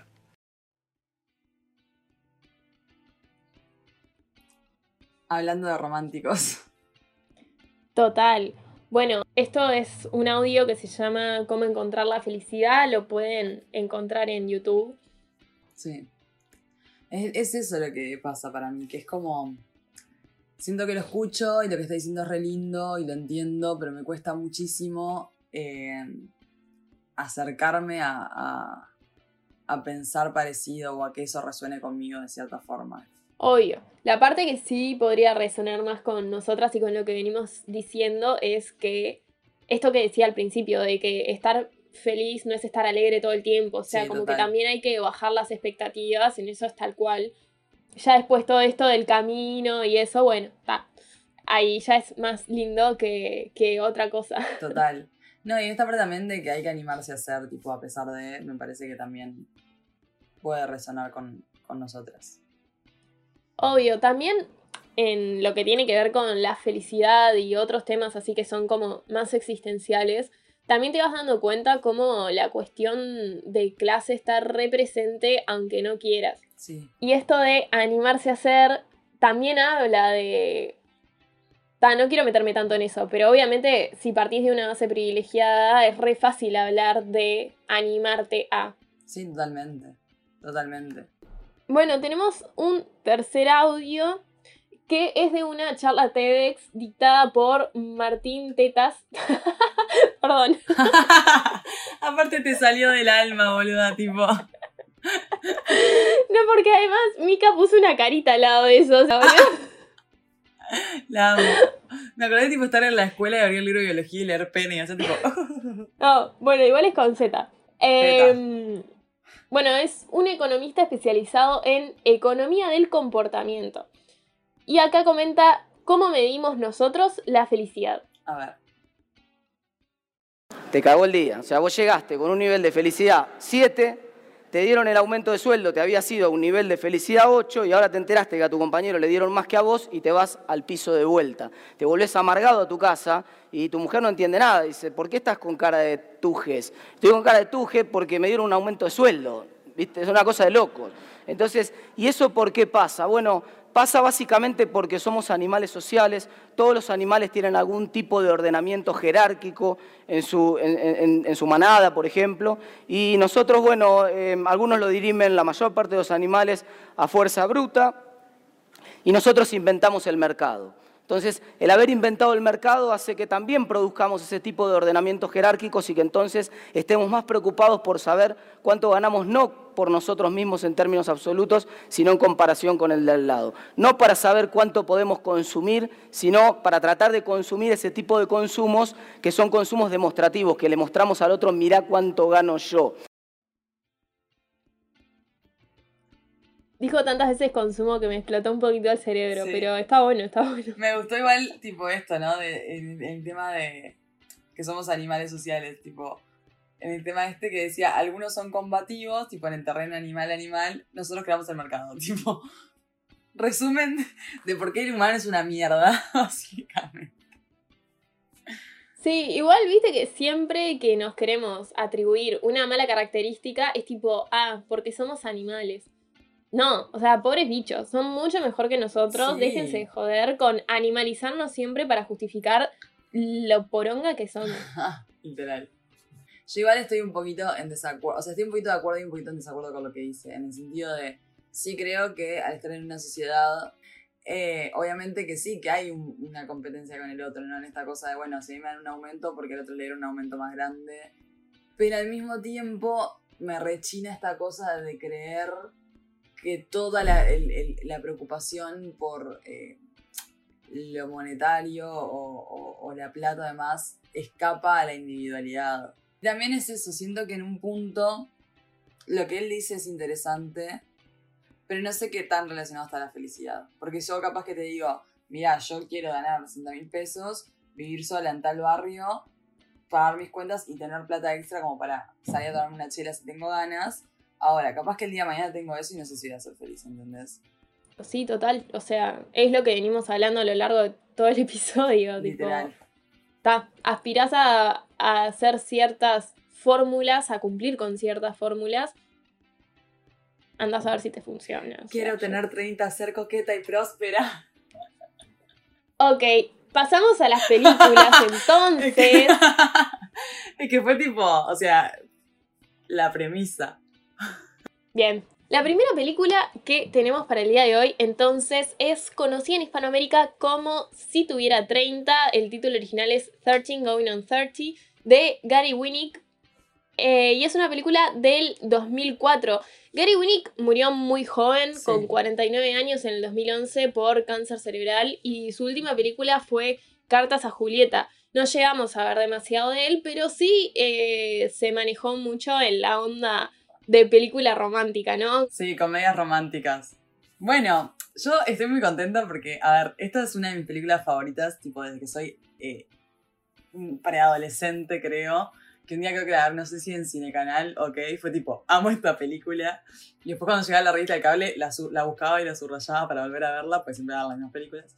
Hablando de románticos. Total. Bueno, esto es un audio que se llama Cómo encontrar la felicidad. Lo pueden encontrar en YouTube. Sí. Es, es eso lo que pasa para mí, que es como... Siento que lo escucho y lo que está diciendo es re lindo y lo entiendo, pero me cuesta muchísimo eh, acercarme a, a, a pensar parecido o a que eso resuene conmigo de cierta forma. Obvio. La parte que sí podría resonar más con nosotras y con lo que venimos diciendo es que esto que decía al principio, de que estar feliz no es estar alegre todo el tiempo, o sea, Sí, como total. que también hay que bajar las expectativas, en eso es tal cual. Ya después todo esto del camino y eso, bueno, está. Ahí ya es más lindo que, que otra cosa. Total. No, y esta parte también de que hay que animarse a hacer, tipo, a pesar de, me parece que también puede resonar con, con nosotras. Obvio, también en lo que tiene que ver con la felicidad y otros temas así que son como más existenciales, también te vas dando cuenta cómo la cuestión de clase está re presente aunque no quieras. Sí. Y esto de animarse a hacer también habla de... Ta, no quiero meterme tanto en eso, pero obviamente si partís de una base privilegiada es re fácil hablar de animarte a... Sí, totalmente. Totalmente. Bueno, tenemos un tercer audio que es de una charla TEDx dictada por Martín Tetas. Perdón. Aparte te salió del alma, boluda, tipo. No, porque además Mika puso una carita al lado de eso, ¿sabes? La amo. Me acordé tipo estar en la escuela y abrir el libro de biología y leer pene y hacer tipo. No, bueno, igual es con Z. Eh, bueno, es un economista especializado en economía del comportamiento. Y acá comenta cómo medimos nosotros la felicidad. A ver. Te cagó el día. O sea, vos llegaste con un nivel de felicidad siete, te dieron el aumento de sueldo, te había sido un nivel de felicidad ocho y ahora te enteraste que a tu compañero le dieron más que a vos y te vas al piso de vuelta. Te volvés amargado a tu casa y tu mujer no entiende nada. Dice, ¿por qué estás con cara de tujes? Estoy con cara de tuje porque me dieron un aumento de sueldo. ¿Viste? Es una cosa de locos. Entonces, ¿y eso por qué pasa? Bueno, pasa básicamente porque somos animales sociales, todos los animales tienen algún tipo de ordenamiento jerárquico en su, en, en, en su manada, por ejemplo, y nosotros, bueno, eh, algunos lo dirimen, la mayor parte de los animales, a fuerza bruta, y nosotros inventamos el mercado. Entonces, el haber inventado el mercado hace que también produzcamos ese tipo de ordenamientos jerárquicos y que entonces estemos más preocupados por saber cuánto ganamos, no por nosotros mismos en términos absolutos, sino en comparación con el de al lado. No para saber cuánto podemos consumir, sino para tratar de consumir ese tipo de consumos que son consumos demostrativos, que le mostramos al otro, mirá cuánto gano yo. Dijo tantas veces consumo que me explotó un poquito el cerebro, Sí. pero está bueno, está bueno. Me gustó igual, tipo, esto, ¿no? De, el, el tema de que somos animales sociales, tipo, en el tema este que decía, algunos son combativos, tipo, en el terreno animal-animal, nosotros creamos el mercado, tipo, resumen de por qué el humano es una mierda, básicamente. Sí, igual viste que siempre que nos queremos atribuir una mala característica es tipo, ah, porque somos animales. No, o sea, pobres bichos, son mucho mejor que nosotros, Sí. déjense de joder con animalizarnos siempre para justificar lo poronga que somos. Literal. Yo igual estoy un poquito en desacuerdo, o sea, estoy un poquito de acuerdo y un poquito en desacuerdo con lo que dice, en el sentido de, sí creo que al estar en una sociedad, eh, obviamente que sí, que hay un, una competencia con el otro, ¿no? En esta cosa de, bueno, si a mí me dan un aumento porque el otro le dieron un aumento más grande, pero al mismo tiempo me rechina esta cosa de creer que toda la, el, el, la preocupación por eh, lo monetario o, o, o la plata además escapa a la individualidad. También es eso, siento que en un punto lo que él dice es interesante, pero no sé qué tan relacionado está la felicidad. Porque yo capaz que te digo, mira, yo quiero ganar sesenta mil pesos, vivir sola en tal barrio, pagar mis cuentas y tener plata extra como para salir a tomarme una chela si tengo ganas. Ahora, capaz que el día de mañana tengo eso y no sé si voy a ser feliz, ¿entendés? Sí, total. O sea, es lo que venimos hablando a lo largo de todo el episodio. Literal. Tipo, ta, aspirás a, a hacer ciertas fórmulas, a cumplir con ciertas fórmulas. Andás a ver si te funciona. O sea, Quiero yo- tener treinta, ser coqueta y próspera. Ok, pasamos a las películas entonces. Es que fue tipo, o sea, la premisa. Bien, la primera película que tenemos para el día de hoy entonces es conocida en Hispanoamérica como Si tuviera treinta, el título original es thirteen Going on thirty, de Gary Winnick, eh, y es una película del dos mil cuatro. Gary Winnick murió muy joven, Sí. con cuarenta y nueve años en el dos mil once por cáncer cerebral, y su última película fue Cartas a Julieta. No llegamos a ver demasiado de él, pero sí eh, se manejó mucho en la onda de película romántica, ¿no? Sí, comedias románticas. Bueno, yo estoy muy contenta porque, a ver, esta es una de mis películas favoritas, tipo desde que soy eh, un preadolescente, creo. Que un día creo que la, no sé si en Cinecanal, ok, fue tipo, amo esta película. Y después cuando llegaba la revista del cable, la, su- la buscaba y la subrayaba para volver a verla, pues siempre eran las mismas películas.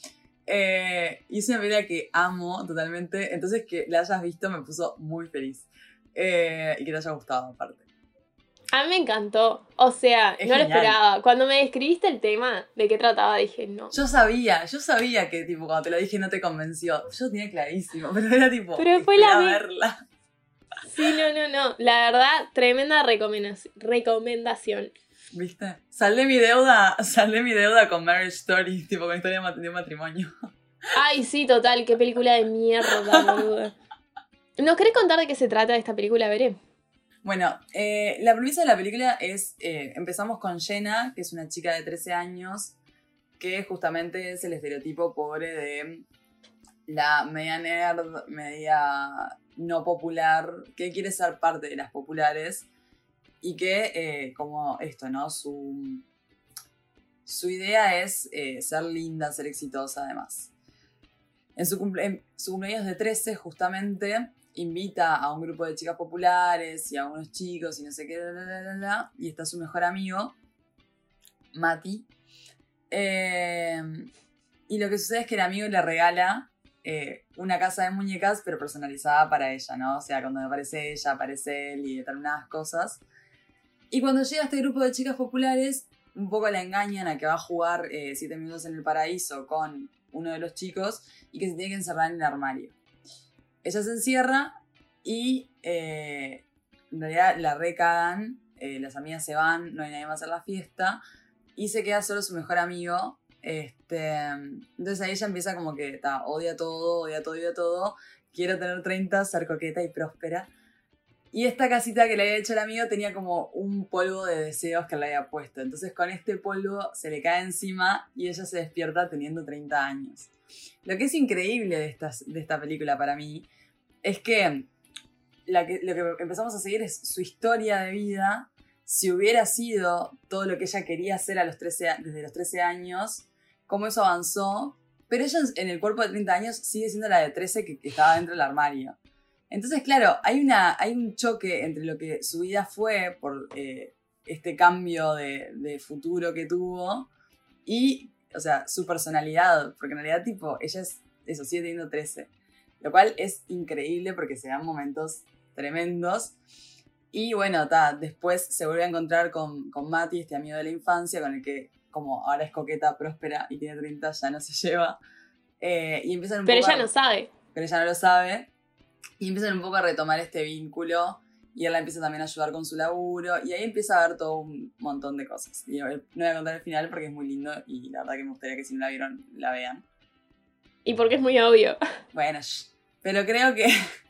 Eh, y es una película que amo totalmente, entonces que la hayas visto me puso muy feliz. Eh, y que te haya gustado, aparte. A mí me encantó. O sea, Es no lo genial. esperaba. Cuando me describiste el tema de qué trataba, dije, no. Yo sabía, yo sabía que tipo cuando te lo dije no te convenció. Yo tenía clarísimo, pero era tipo, Pero fue la espera mi- verla. Sí, no, no, no. La verdad, tremenda recomenda- recomendación. ¿Viste? Saldé mi deuda, saldé mi deuda con Marriage Story, tipo con historia de mat- de matrimonio. Ay, sí, total, qué película de mierda, boluda. ¿Nos querés contar de qué se trata esta película, Veré? Bueno, eh, la premisa de la película es, eh, empezamos con Jenna, que es una chica de trece años, que justamente es el estereotipo pobre de la media nerd, media no popular, que quiere ser parte de las populares y que, eh, como esto, ¿no? Su, su idea es eh, ser linda, ser exitosa, además. En su, cumple en su cumpleaños de trece, justamente, invita a un grupo de chicas populares y a unos chicos y no sé qué, la, la, la, la, y está su mejor amigo, Mati. Eh, y lo que sucede es que el amigo le regala eh, una casa de muñecas, pero personalizada para ella, ¿no? O sea, cuando aparece ella, aparece él y determinadas cosas. Y cuando llega este grupo de chicas populares, un poco la engañan a que va a jugar eh, siete minutos en el paraíso con uno de los chicos y que se tiene que encerrar en el armario. Ella se encierra y eh, en realidad la recagan, eh, las amigas se van, no hay nadie más en la fiesta y se queda solo su mejor amigo. Este, entonces ahí ella empieza como que ta, odia todo, odia todo, odia todo, quiero tener treinta, ser coqueta y próspera. Y esta casita que le había hecho el amigo tenía como un polvo de deseos que le había puesto. Entonces con este polvo se le cae encima y ella se despierta teniendo treinta años. Lo que es increíble de, estas, de esta película para mí es que, la que lo que empezamos a seguir es su historia de vida. Si hubiera sido todo lo que ella quería hacer a los trece, desde los trece años, cómo eso avanzó. Pero ella en el cuerpo de treinta años sigue siendo la de trece que, que estaba dentro del armario. Entonces, claro, hay, una, hay un choque entre lo que su vida fue por eh, este cambio de, de futuro que tuvo y, o sea, su personalidad. Porque en realidad, tipo, ella es, eso, sigue teniendo trece. Lo cual es increíble porque se dan momentos tremendos. Y bueno, ta, después se vuelve a encontrar con, con Mati, este amigo de la infancia, con el que, como ahora es coqueta, próspera y tiene treinta, ya no se lleva. Eh, y empiezan un Pero poco ella a- no sabe. pero ella no lo sabe. Y empiezan un poco a retomar este vínculo. Y él la empieza también a ayudar con su laburo. Y ahí empieza a ver todo un montón de cosas. Y no voy a contar el final porque es muy lindo. Y la verdad que me gustaría que si no la vieron, la vean. Y porque es muy obvio. Bueno, shh. Pero creo que...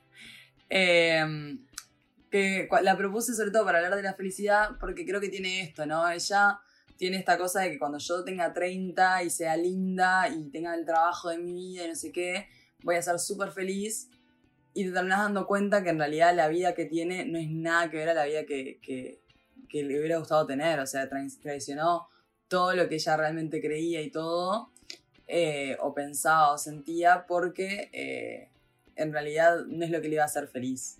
eh, que cua- la propuse sobre todo para hablar de la felicidad. Porque creo que tiene esto, ¿no? Ella tiene esta cosa de que cuando yo tenga treinta y sea linda y tenga el trabajo de mi vida y no sé qué, voy a ser súper feliz. Y te terminás dando cuenta que en realidad la vida que tiene no es nada que ver a la vida que, que, que le hubiera gustado tener, o sea, tra- traicionó todo lo que ella realmente creía y todo, eh, o pensaba o sentía, porque eh, en realidad no es lo que le iba a hacer feliz.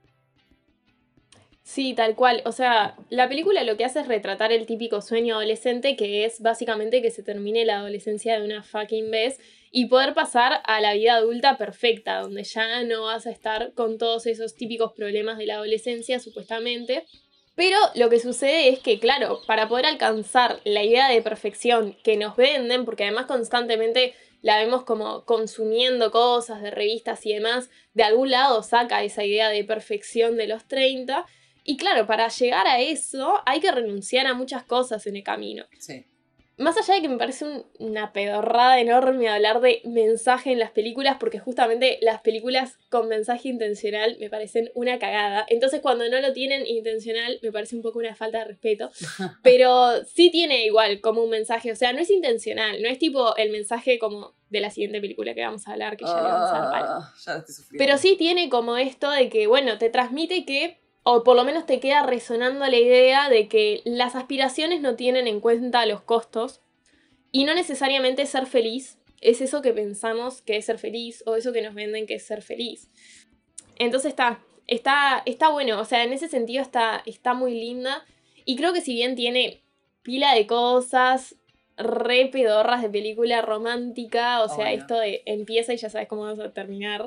Sí, tal cual. O sea, la película lo que hace es retratar el típico sueño adolescente, que es básicamente que se termine la adolescencia de una fucking vez y poder pasar a la vida adulta perfecta, donde ya no vas a estar con todos esos típicos problemas de la adolescencia, supuestamente. Pero lo que sucede es que, claro, para poder alcanzar la idea de perfección que nos venden, porque además constantemente la vemos como consumiendo cosas de revistas y demás, de algún lado saca esa idea de perfección de los treinta. Y claro, para llegar a eso hay que renunciar a muchas cosas en el camino. Sí. Más allá de que me parece un- una pedorrada enorme hablar de mensaje en las películas, porque justamente las películas con mensaje intencional me parecen una cagada. Entonces cuando no lo tienen intencional me parece un poco una falta de respeto. Pero sí tiene igual como un mensaje, o sea, no es intencional, no es tipo el mensaje como de la siguiente película que vamos a hablar, que ya le vamos a dar palo. Ah, ya la estoy sufriendo. Pero sí tiene como esto de que, bueno, te transmite que, o por lo menos te queda resonando la idea de que las aspiraciones no tienen en cuenta los costos y no necesariamente ser feliz es eso que pensamos que es ser feliz o eso que nos venden que es ser feliz. Entonces está, está, está bueno, o sea, en ese sentido está, está muy linda y creo que si bien tiene pila de cosas re pedorras de película romántica, o sea, Obvio. esto de empieza y ya sabes cómo vas a terminar.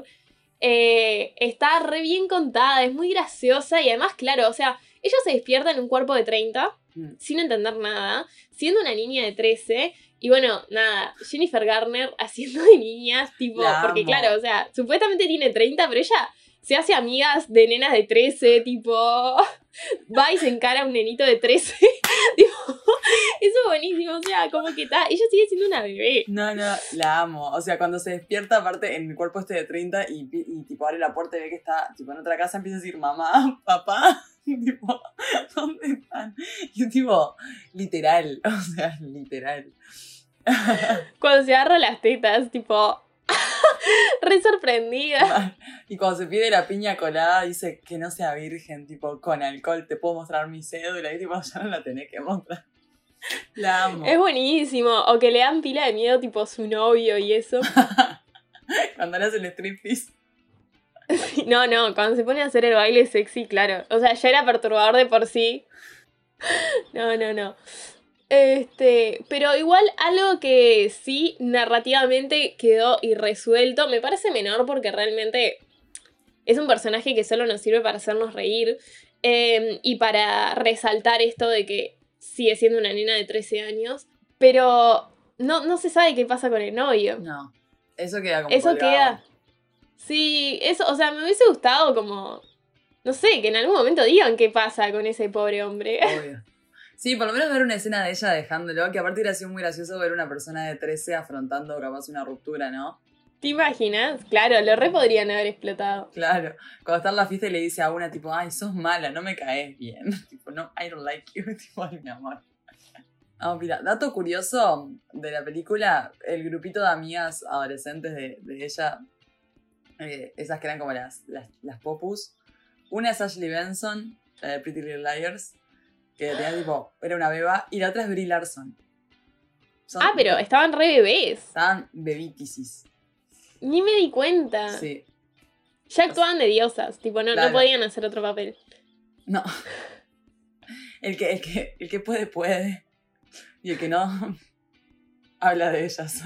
Eh, está re bien contada, es muy graciosa y además, claro, o sea, ella se despierta en un cuerpo de treinta, Mm. sin entender nada, siendo una niña de trece, y bueno, nada, Jennifer Garner haciendo de niñas, tipo, La porque amo. claro, o sea, supuestamente tiene treinta, pero ella se hace amigas de nenas de trece, tipo, va y se encara a un nenito de trece, tipo, eso es buenísimo, o sea, como que está, ella sigue siendo una bebé. No, no, la amo. O sea, cuando se despierta, aparte, en el cuerpo este de treinta y, pi- y tipo abre la puerta y ve que está tipo en otra casa, empieza a decir, mamá, papá, tipo, ¿dónde están? Y es tipo, literal, o sea, literal. Cuando se agarra las tetas, tipo, re sorprendida. Y cuando se pide la piña colada, dice que no sea virgen, tipo, con alcohol, te puedo mostrar mi cédula, y tipo, ya no la tenés que mostrar. La amo. Es buenísimo. O que le dan pila de miedo, tipo su novio y eso. Cuando le hacen el striptease. No, no, cuando se pone a hacer el baile sexy, claro. O sea, ya era perturbador de por sí. No, no, no. Este, pero igual algo que sí narrativamente quedó irresuelto, me parece menor porque realmente es un personaje que solo nos sirve para hacernos reír eh, y para resaltar esto de que sigue siendo una nena de trece años, pero no, no se sabe qué pasa con el novio. No, eso queda como Eso colgado. queda... Sí, eso, o sea, me hubiese gustado como... No sé, que en algún momento digan qué pasa con ese pobre hombre. Obvio. Sí, por lo menos ver una escena de ella dejándolo, que aparte hubiera sido muy gracioso ver una persona de trece afrontando capaz una ruptura, ¿no? ¿Te imaginas? Claro, lo re podrían haber explotado. Claro, cuando está en la fiesta y le dice a una tipo, ay, sos mala, no me caes bien. Tipo, no, I don't like you. Tipo, ay, mi amor. Ah, mira, dato curioso de la película, el grupito de amigas adolescentes de, de ella, eh, esas que eran como las, las, las popus, una es Ashley Benson, la de Pretty Little Liars, que tenía tipo, era una beba, y la otra es Brie Larson. Son- Ah, pero estaban re bebés. Estaban bebitisis. Ni me di cuenta. Sí. Ya actuaban de diosas, tipo, no, Claro. no podían hacer otro papel. No. El que, el que, el que puede, puede. Y el que no, habla de ellas.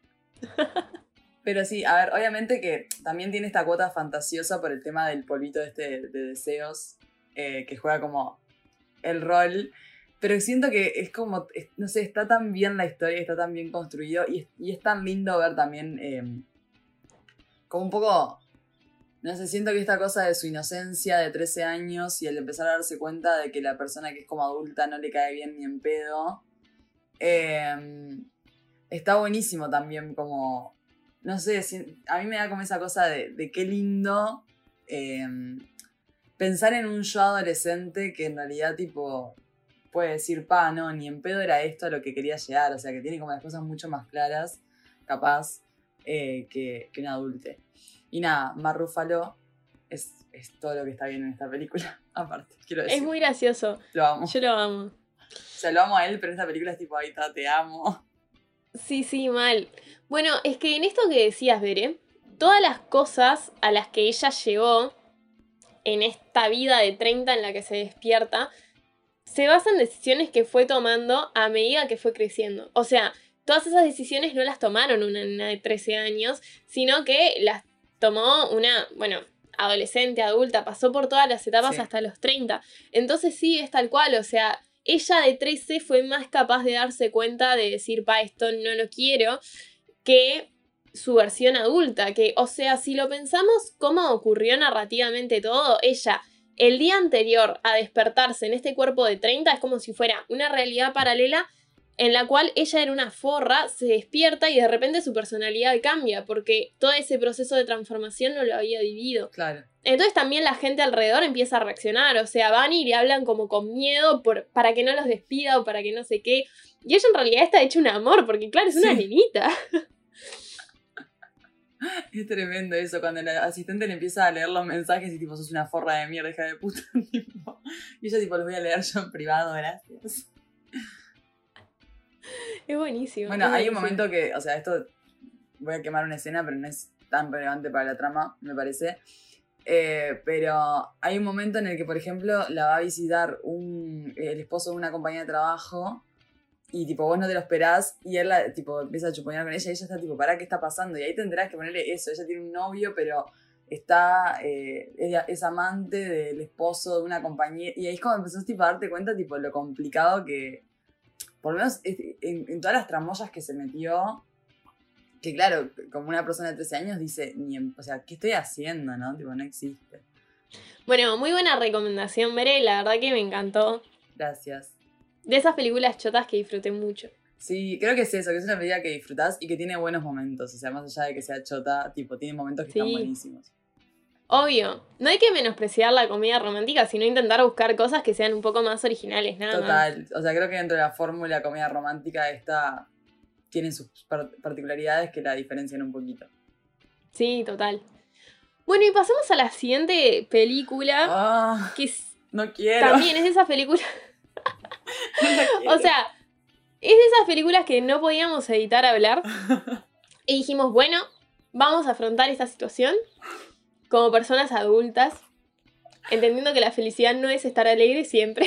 Pero sí, a ver, obviamente que también tiene esta cuota fantasiosa por el tema del polvito este de, de deseos, eh, que juega como el rol. Pero siento que es como, es- no sé, está tan bien la historia, está tan bien construido y es, y es tan lindo ver también eh, como un poco, no sé, siento que esta cosa de su inocencia de trece años y el empezar a darse cuenta de que la persona que es como adulta no le cae bien ni en pedo, eh, está buenísimo también como, no sé, si- a mí me da como esa cosa de, de qué lindo eh, pensar en un yo adolescente que en realidad tipo puede decir, pa, no, ni en pedo era esto a lo que quería llegar, o sea, que tiene como las cosas mucho más claras, capaz, eh, que, que un adulte. Y nada, Mark Ruffalo, es, es todo lo que está bien en esta película. Aparte, quiero decir. Es muy gracioso. Lo amo. Yo lo amo. O sea, lo amo a él, pero en esta película es tipo, ahí está, te amo. Sí, sí, mal. Bueno, es que en esto que decías, Bere, todas las cosas a las que ella llegó en esta vida de treinta en la que se despierta, se basan en decisiones que fue tomando a medida que fue creciendo. O sea, todas esas decisiones no las tomaron una nena de trece años, sino que las tomó una, bueno, adolescente, adulta, pasó por todas las etapas Sí. hasta los treinta. Entonces sí, es tal cual, o sea, ella de trece fue más capaz de darse cuenta de decir, pa, esto no lo quiero, que su versión adulta, que, o sea, si lo pensamos, cómo ocurrió narrativamente todo, ella, el día anterior a despertarse en este cuerpo de treinta, es como si fuera una realidad paralela en la cual ella era una forra, se despierta y de repente su personalidad cambia, porque todo ese proceso de transformación no lo había vivido. Claro. Entonces también la gente alrededor empieza a reaccionar, o sea, van y le hablan como con miedo por, para que no los despida o para que no sé qué. Y ella en realidad está hecha un amor, porque claro, es una Sí. nenita. Es tremendo eso, cuando el asistente le empieza a leer los mensajes y tipo, sos una forra de mierda, hija de puta. Tipo, y ella tipo, los voy a leer yo en privado, gracias. Es buenísimo. Bueno, es hay un buenísimo. momento que, o sea, esto voy a quemar una escena, pero no es tan relevante para la trama, me parece. Eh, pero hay un momento en el que, por ejemplo, la va a visitar un, el esposo de una compañía de trabajo y tipo, vos no te lo esperás y él la, tipo, empieza a chuponear con ella y ella está tipo, pará, ¿qué está pasando? Y ahí tendrás que ponerle eso, ella tiene un novio, pero está, eh, ella es amante del esposo de una compañía y ahí es cuando empezás tipo, a darte cuenta tipo, lo complicado que, por lo menos en, en todas las tramoyas que se metió, que claro, como una persona de trece años dice, ni en- o sea, ¿qué estoy haciendo, no? Tipo, no existe. Bueno, muy buena recomendación, Bere, la verdad que me encantó. Gracias. De esas películas chotas que disfruté mucho. Sí, creo que es eso, que es una película que disfrutás y que tiene buenos momentos. O sea, más allá de que sea chota, tipo, tiene momentos que Sí. están buenísimos. Obvio, no hay que menospreciar la comedia romántica, sino intentar buscar cosas que sean un poco más originales, nada más. Total. O sea, creo que dentro de la fórmula comedia romántica esta tiene sus par- particularidades que la diferencian un poquito. Sí, total. Bueno, y pasamos a la siguiente película, Ah, que es- no quiero. también es de esas películas. No quiero. O sea, es de esas películas que no podíamos evitar hablar. Y dijimos, bueno, vamos a afrontar esta situación como personas adultas, entendiendo que la felicidad no es estar alegre siempre.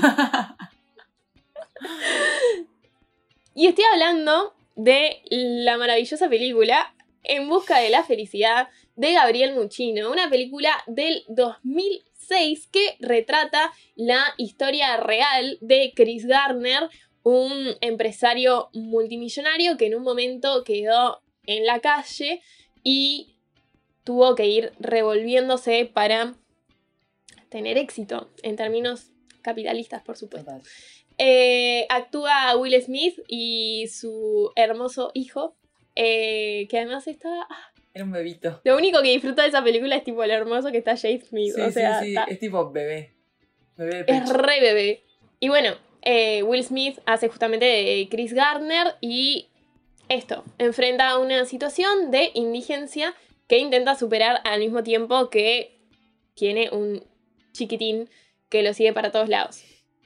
Y estoy hablando de la maravillosa película En busca de la felicidad de Gabriel Muccino, una película del dos mil seis que retrata la historia real de Chris Gardner, un empresario multimillonario que en un momento quedó en la calle y tuvo que ir revolviéndose para tener éxito en términos capitalistas, por supuesto. Total. Eh, actúa Will Smith y su hermoso hijo, eh, que además está... ah, Era un bebito. lo único que disfruto de esa película es tipo lo hermoso que está Jade Smith. Sí, o sea, sí, sí. está- Es tipo bebé. Bebé de es pecho. re bebé. Y bueno, eh, Will Smith hace justamente de Chris Gardner y esto, enfrenta a una situación de indigencia que intenta superar al mismo tiempo que tiene un chiquitín que lo sigue para todos lados.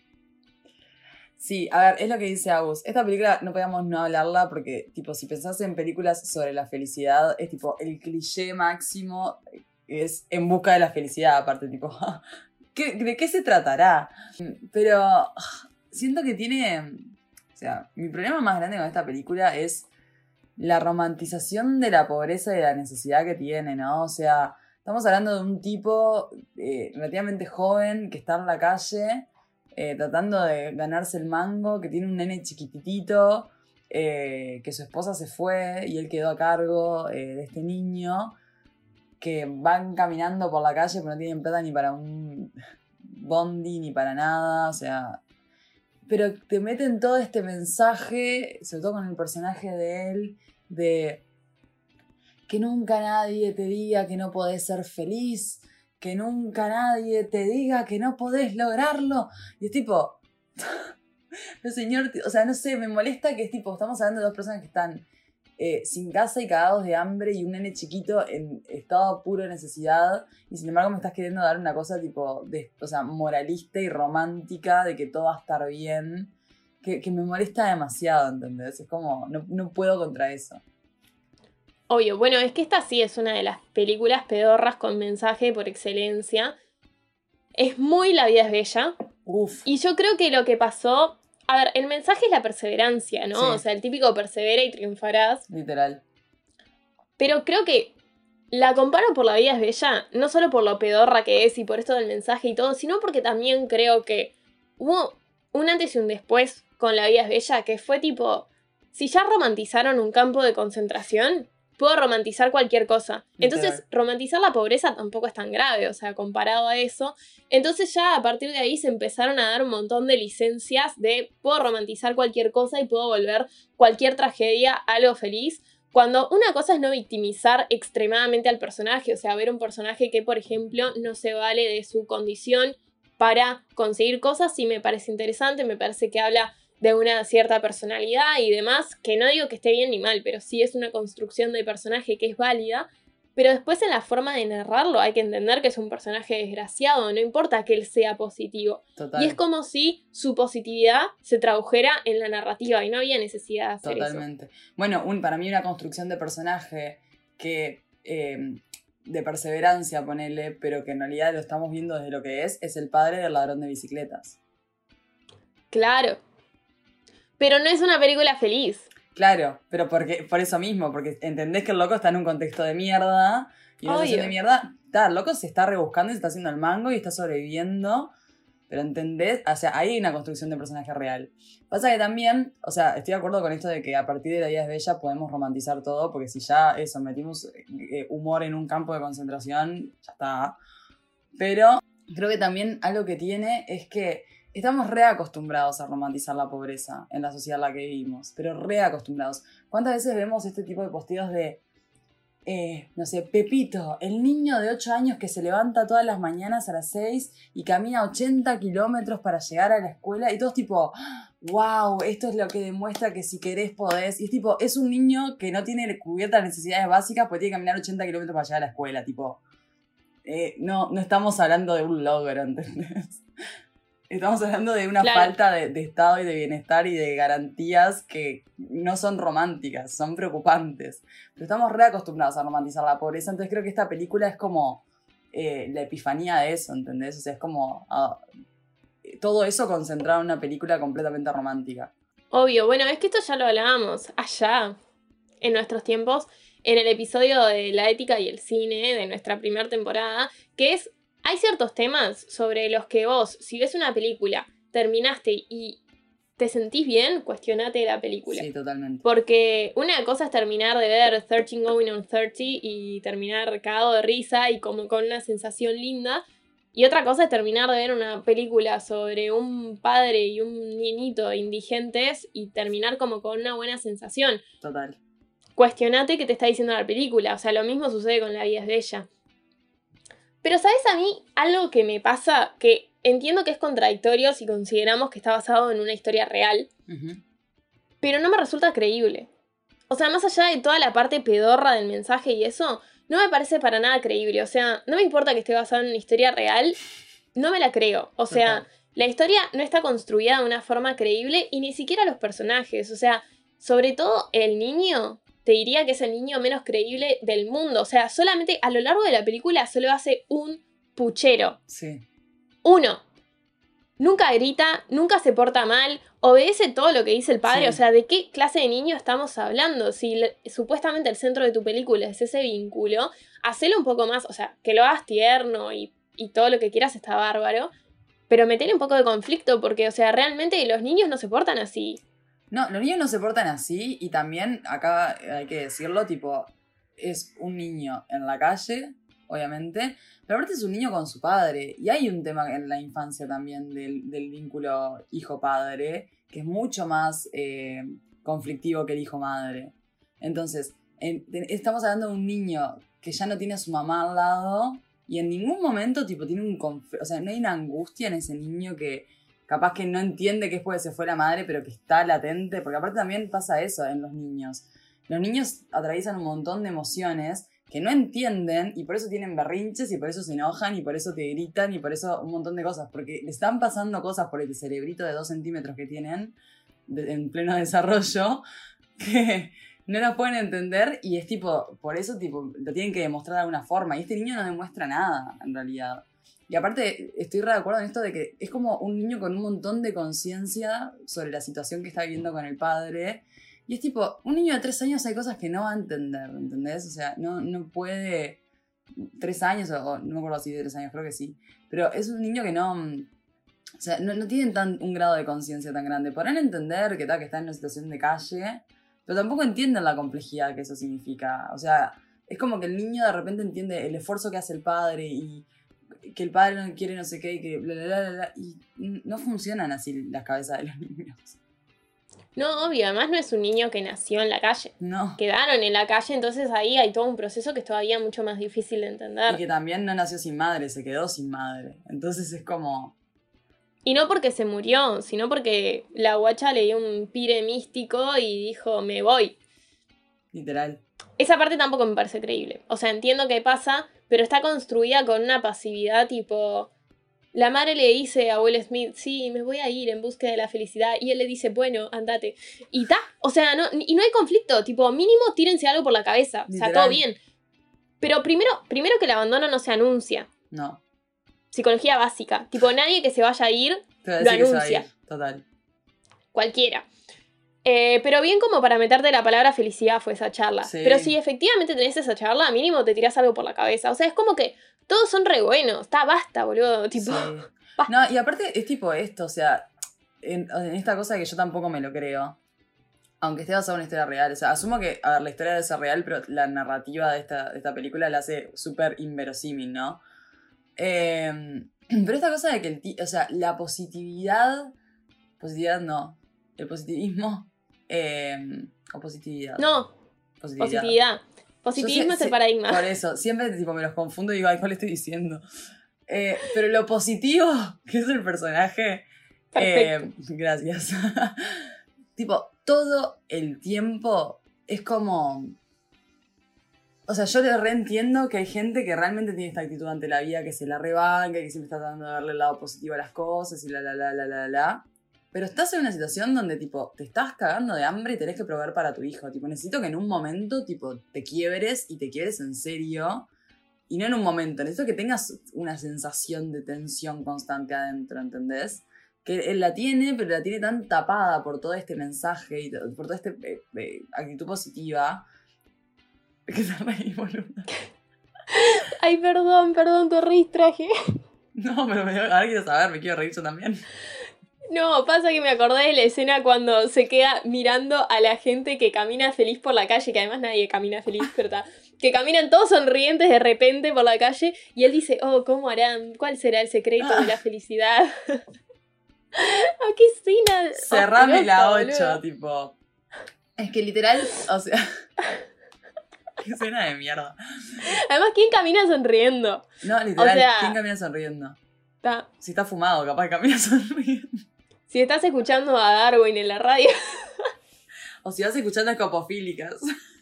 Sí, a ver, es lo que dice Agus. Esta película no podíamos no hablarla porque, tipo, si pensás en películas sobre la felicidad, es tipo el cliché máximo es En busca de la felicidad, aparte, tipo, ¿qué- ¿de qué se tratará? Pero siento que tiene, o sea, mi problema más grande con esta película es la romantización de la pobreza y de la necesidad que tiene, ¿no? O sea, estamos hablando de un tipo eh, relativamente joven que está en la calle eh, tratando de ganarse el mango, que tiene un nene chiquititito, eh, que su esposa se fue y él quedó a cargo eh, de este niño, que van caminando por la calle pero no tienen plata ni para un bondi ni para nada, o sea... Pero te meten todo este mensaje, sobre todo con el personaje de él, de que nunca nadie te diga que no podés ser feliz, que nunca nadie te diga que no podés lograrlo. Y es tipo, no señor, o sea, no sé, me molesta que es tipo, estamos hablando de dos personas que están eh, sin casa y cagados de hambre y un nene chiquito en estado puro de necesidad, y sin embargo me estás queriendo dar una cosa tipo, de, o sea, moralista y romántica de que todo va a estar bien, que, que me molesta demasiado, ¿entendés? Es como, no, no puedo contra eso. Obvio, bueno, es que esta sí es una de las películas pedorras con mensaje por excelencia. Es muy La vida es bella. Uf. Y yo creo que lo que pasó... A ver, el mensaje es la perseverancia, ¿no? Sí. O sea, el típico persevera y triunfarás. Literal. Pero creo que la comparo por La vida es bella, no solo por lo pedorra que es y por esto del mensaje y todo, sino porque también creo que hubo un antes y un después con La vida es bella, que fue tipo, si ya romantizaron un campo de concentración, puedo romantizar cualquier cosa. Entonces, Literal. romantizar la pobreza tampoco es tan grave, o sea, comparado a eso. Entonces ya a partir de ahí se empezaron a dar un montón de licencias de puedo romantizar cualquier cosa y puedo volver cualquier tragedia a algo feliz. Cuando una cosa es no victimizar extremadamente al personaje, o sea, ver un personaje que, por ejemplo, no se vale de su condición para conseguir cosas, sí me parece interesante, me parece que habla de una cierta personalidad y demás, que no digo que esté bien ni mal, pero sí es una construcción de personaje que es válida, pero después en la forma de narrarlo hay que entender que es un personaje desgraciado, no importa que él sea positivo. Total. Y es como si su positividad se tradujera en la narrativa y no había necesidad de hacer Totalmente. Eso. Bueno, un, para mí una construcción de personaje que... Eh, de perseverancia, ponele, pero que en realidad lo estamos viendo desde lo que es, es el padre del ladrón de bicicletas. Claro. Pero no es una película feliz. Claro, pero porque, por eso mismo, porque entendés que el loco está en un contexto de mierda, y en una situación de mierda, está, el loco se está rebuscando y se está haciendo el mango y está sobreviviendo, pero entendés, o sea, ahí hay una construcción de personaje real. Pasa que también, o sea, estoy de acuerdo con esto de que a partir de La vida es bella podemos romantizar todo, porque si ya eso, metimos eh, humor en un campo de concentración, ya está. Pero creo que también algo que tiene es que estamos reacostumbrados a romantizar la pobreza en la sociedad en la que vivimos, pero reacostumbrados. ¿Cuántas veces vemos este tipo de posteos de, eh, no sé, Pepito, el niño de ocho años que se levanta todas las mañanas a las seis y camina ochenta kilómetros para llegar a la escuela? Y todos tipo, wow, esto es lo que demuestra que si querés podés. Y es tipo, es un niño que no tiene cubiertas las necesidades básicas porque tiene que caminar ochenta kilómetros para llegar a la escuela. Tipo, eh, no, no estamos hablando de un logro, ¿entendés? Estamos hablando de una claro. falta de, de estado y de bienestar y de garantías que no son románticas, son preocupantes. Pero estamos reacostumbrados a romantizar la pobreza, entonces creo que esta película es como eh, la epifanía de eso, ¿entendés? O sea, es como uh, todo eso concentrado en una película completamente romántica. Obvio, bueno, es que esto ya lo hablábamos allá, en nuestros tiempos, en el episodio de la ética y el cine de nuestra primera temporada, que es... Hay ciertos temas sobre los que vos, si ves una película, terminaste y te sentís bien, cuestionate la película. Sí, totalmente. Porque una cosa es terminar de ver thirteen Going on thirty y terminar cagado de risa y como con una sensación linda. Y otra cosa es terminar de ver una película sobre un padre y un niñito indigentes y terminar como con una buena sensación. Total. Cuestionate qué te está diciendo la película. O sea, lo mismo sucede con La vida es bella. Pero, ¿sabes a mí algo que me pasa? Que entiendo que es contradictorio si consideramos que está basado en una historia real, Uh-huh. pero no me resulta creíble. O sea, más allá de toda la parte pedorra del mensaje y eso, no me parece para nada creíble. O sea, no me importa que esté basado en una historia real, no me la creo. O sea, Total. La historia no está construida de una forma creíble y ni siquiera los personajes. O sea, sobre todo el niño... Te diría que es el niño menos creíble del mundo. O sea, solamente a lo largo de la película solo hace un puchero. Sí. Uno. Nunca grita, nunca se porta mal, obedece todo lo que dice el padre. Sí. O sea, ¿de qué clase de niño estamos hablando? Si le, supuestamente el centro de tu película es ese vínculo, hacelo un poco más, o sea, que lo hagas tierno y, y todo lo que quieras está bárbaro, pero metele un poco de conflicto porque, o sea, realmente los niños no se portan así. No, los niños no se portan así y también, acá hay que decirlo, tipo, es un niño en la calle, obviamente, pero aparte es un niño con su padre. Y hay un tema en la infancia también del, del vínculo hijo-padre que es mucho más eh, conflictivo que el hijo-madre. Entonces, en, estamos hablando de un niño que ya no tiene a su mamá al lado y en ningún momento, tipo, tiene un conflicto, o sea, no hay una angustia en ese niño que... capaz que no entiende que es porque se fue la madre, pero que está latente, porque aparte también pasa eso en los niños. los niños atraviesan un montón de emociones que no entienden y por eso tienen berrinches y por eso se enojan y por eso te gritan y por eso un montón de cosas, porque le están pasando cosas por el cerebrito de dos centímetros que tienen de, en pleno desarrollo que no las pueden entender y es tipo, por eso tipo lo tienen que demostrar de alguna forma y este niño no demuestra nada en realidad. Y aparte estoy re de acuerdo en esto de que es como un niño con un montón de conciencia sobre la situación que está viviendo con el padre. Y es tipo, un niño de tres años hay cosas que no va a entender, ¿entendés? O sea, no, no puede... Tres años, o no me acuerdo si de tres años, creo que sí. Pero es un niño que no... O sea, no, no tienen tan, un grado de conciencia tan grande. Podrán entender que, tal, que está en una situación de calle, pero tampoco entienden la complejidad que eso significa. O sea, es como que el niño de repente entiende el esfuerzo que hace el padre y que el padre no quiere no sé qué y que bla, bla, bla, bla, bla. Y no funcionan así las cabezas de los niños. No, obvio, además no es un niño que nació en la calle. No. Quedaron en la calle, entonces ahí hay todo un proceso que es todavía mucho más difícil de entender. Y que también no nació sin madre, se quedó sin madre. Entonces es como... Y no porque se murió, sino porque la guacha le dio un pire místico y dijo, me voy. Literal. Esa parte tampoco me parece creíble. O sea, entiendo que pasa, pero está construida con una pasividad tipo... La madre le dice a Will Smith, sí, me voy a ir en búsqueda de la felicidad. Y él le dice, bueno, andate. Y ta, o sea, no, y no hay conflicto. Tipo, mínimo tírense algo por la cabeza. Literal. O sea, todo bien. Pero primero, primero que el abandono no se anuncia. No. Psicología básica. Tipo, nadie que se vaya a ir Te voy a lo decir que se va a anuncia. ir. Total. Cualquiera. Eh, pero bien como para meterte la palabra felicidad fue esa charla. Sí. Pero si efectivamente tenés esa charla, mínimo te tirás algo por la cabeza. O sea, es como que todos son re buenos. Está, basta, boludo. Tipo, Sí. basta. No, y aparte es tipo esto, o sea, en, en esta cosa que yo tampoco me lo creo. Aunque esté basado en una historia real. O sea, asumo que, a ver, la historia debe ser real, pero la narrativa de esta, de esta película la hace súper inverosímil, ¿no? Eh, pero esta cosa de que el tío, o sea, la positividad, positividad no, el positivismo, eh, o positividad. No, Positividad. positividad. Positivismo Yo sé- es el sí, paradigma. Por eso, siempre tipo, me los confundo y digo, ay, ¿cuál estoy diciendo? Eh, pero lo positivo, que es el personaje, eh, gracias. Tipo, todo el tiempo es como... O sea, yo le reentiendo que hay gente que realmente tiene esta actitud ante la vida, que se la rebanca, que siempre está tratando de darle el lado positivo a las cosas y la, la, la, la, la, la. Pero estás en una situación donde, tipo, te estás cagando de hambre y tenés que proveer para tu hijo. Tipo, necesito que en un momento, tipo, te quiebres y te quiebres en serio. Y no en un momento. Necesito que tengas una sensación de tensión constante adentro, ¿entendés? Que él la tiene, pero la tiene tan tapada por todo este mensaje y por toda esta eh, eh, actitud positiva. Que te reí, boluda. Ay, perdón, perdón, te distraje. No, pero me, ahora quiero saber, me quiero reír yo también. No, pasa que me acordé de la escena cuando se queda mirando a la gente que camina feliz por la calle, que además nadie camina feliz, pero está, que caminan todos sonrientes de repente por la calle, y él dice, oh, ¿cómo harán? ¿Cuál será el secreto de la felicidad? ¡Ah, qué escena! Cerrame la asquerosa, ocho, tipo. Es que literal, o sea. Qué escena de mierda. Además, ¿quién camina sonriendo? No, literal, O sea- ¿quién camina sonriendo? Ta. Si está fumado, capaz que camina sonriendo. Si estás escuchando a Darwin en la radio, O si vas escuchando escopofílicas.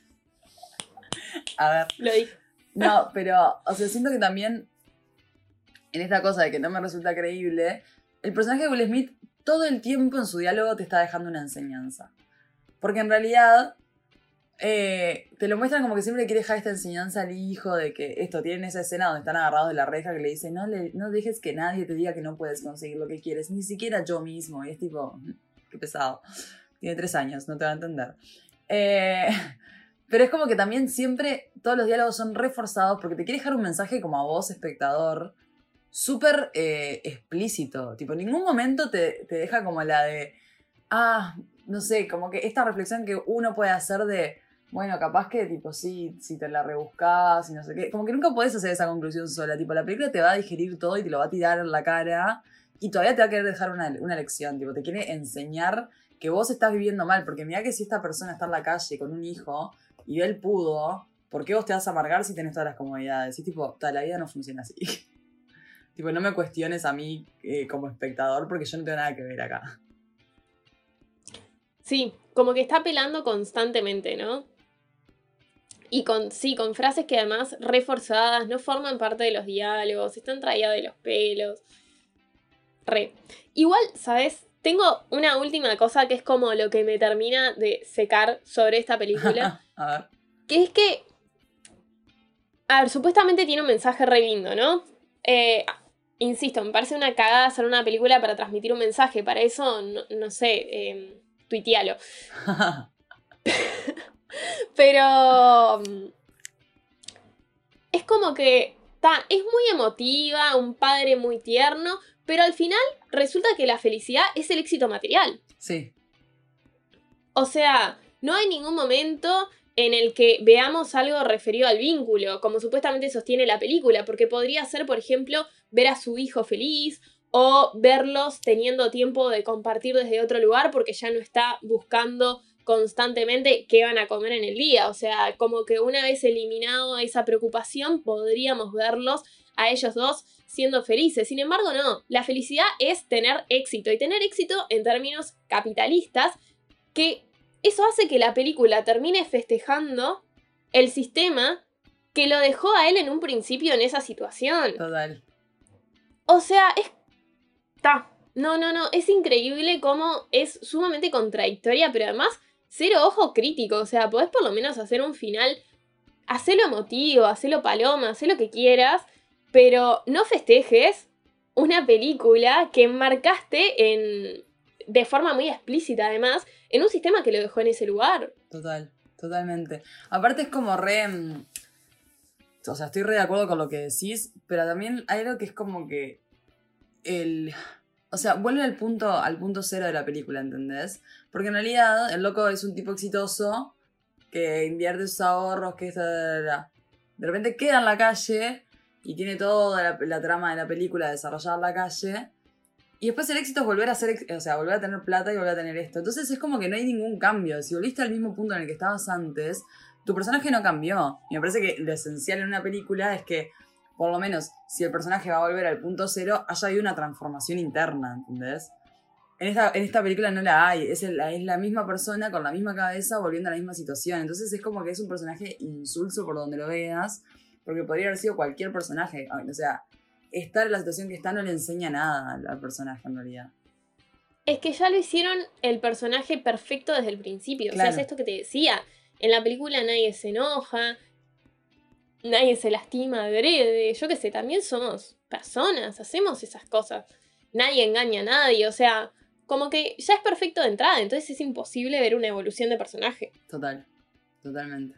A ver. lo dije. No, pero, o sea, siento que también en esta cosa de que no me resulta creíble, el personaje de Will Smith todo el tiempo en su diálogo te está dejando una enseñanza. Porque en realidad eh, te lo muestran como que siempre quiere dejar esta enseñanza al hijo de que esto, tienen esa escena donde están agarrados de la reja que le dice no, le, no dejes que nadie te diga que no puedes conseguir lo que quieres, ni siquiera yo mismo. Y es tipo, qué pesado. Tiene tres años, no te va a entender. Eh... Pero es como que también siempre todos los diálogos son reforzados porque te quiere dejar un mensaje como a vos, espectador, súper eh, explícito. Tipo, en ningún momento te, te deja como la de, ah, no sé, como que esta reflexión que uno puede hacer de, bueno, capaz que tipo sí, si te la rebuscás y no sé qué. Como que nunca podés hacer esa conclusión sola. Tipo, la película te va a digerir todo y te lo va a tirar en la cara y todavía te va a querer dejar una, una lección. Tipo, te quiere enseñar que vos estás viviendo mal. Porque mirá que si esta persona está en la calle con un hijo y él pudo, ¿por qué vos te vas a amargar si tenés todas las comodidades? Y tipo, la vida no funciona así. Tipo, no me cuestiones a mí eh, como espectador porque yo no tengo nada que ver acá. Sí, como que está apelando constantemente, ¿no? Y con, sí, con frases que además reforzadas, no forman parte de los diálogos, están traídas de los pelos. Re. Igual, ¿sabes? Tengo una última cosa que es como lo que me termina de secar sobre esta película. A ver. Que es que... A ver, supuestamente tiene un mensaje re lindo, ¿no? Eh, insisto, me parece una cagada hacer una película para transmitir un mensaje. Para eso, no, no sé, eh, tuitealo. Pero... Es como que... Ta, es muy emotiva, un padre muy tierno, pero al final resulta que la felicidad es el éxito material. Sí. O sea, no hay ningún momento en el que veamos algo referido al vínculo, como supuestamente sostiene la película, porque podría ser, por ejemplo, ver a su hijo feliz o verlos teniendo tiempo de compartir desde otro lugar porque ya no está buscando constantemente qué van a comer en el día. O sea, como que una vez eliminado esa preocupación, podríamos verlos a ellos dos siendo felices. Sin embargo, no. La felicidad es tener éxito. Y tener éxito en términos capitalistas, que eso hace que la película termine festejando el sistema que lo dejó a él en un principio en esa situación. Total. O sea, es... Ta. No, no, no. Es increíble cómo es sumamente contradictoria, pero además cero ojo crítico. O sea, podés por lo menos hacer un final, hacelo emotivo, hacelo paloma, hacé lo que quieras, pero no festejes una película que enmarcaste en, de forma muy explícita además, en un sistema que lo dejó en ese lugar. Total, totalmente. Aparte es como re... mm, O sea, estoy re de acuerdo con lo que decís, pero también hay algo que es como que el... O sea, vuelve al punto, al punto cero de la película, ¿entendés? Porque en realidad el loco es un tipo exitoso que invierte sus ahorros, que esta, la, la. De repente queda en la calle y tiene toda la, la trama de la película de desarrollar la calle. Y después el éxito es volver a ser, ex- o sea, volver a tener plata y volver a tener esto. Entonces es como que no hay ningún cambio. Si volviste al mismo punto en el que estabas antes, tu personaje no cambió. Y me parece que lo esencial en una película es que, por lo menos, si el personaje va a volver al punto cero, haya habido una transformación interna, ¿entendés? En esta, en esta película no la hay. Es, el- es la misma persona con la misma cabeza volviendo a la misma situación. Entonces es como que es un personaje insulso por donde lo veas, porque podría haber sido cualquier personaje. O sea, estar en la situación que está no le enseña nada al, al personaje en realidad. Es que ya lo hicieron el personaje perfecto desde el principio. O Claro. sea, es esto que te decía. En la película nadie se enoja, nadie se lastima adrede. Yo qué sé, también somos personas, hacemos esas cosas. Nadie engaña a nadie, o sea, como que ya es perfecto de entrada, entonces es imposible ver una evolución de personaje. Total, totalmente.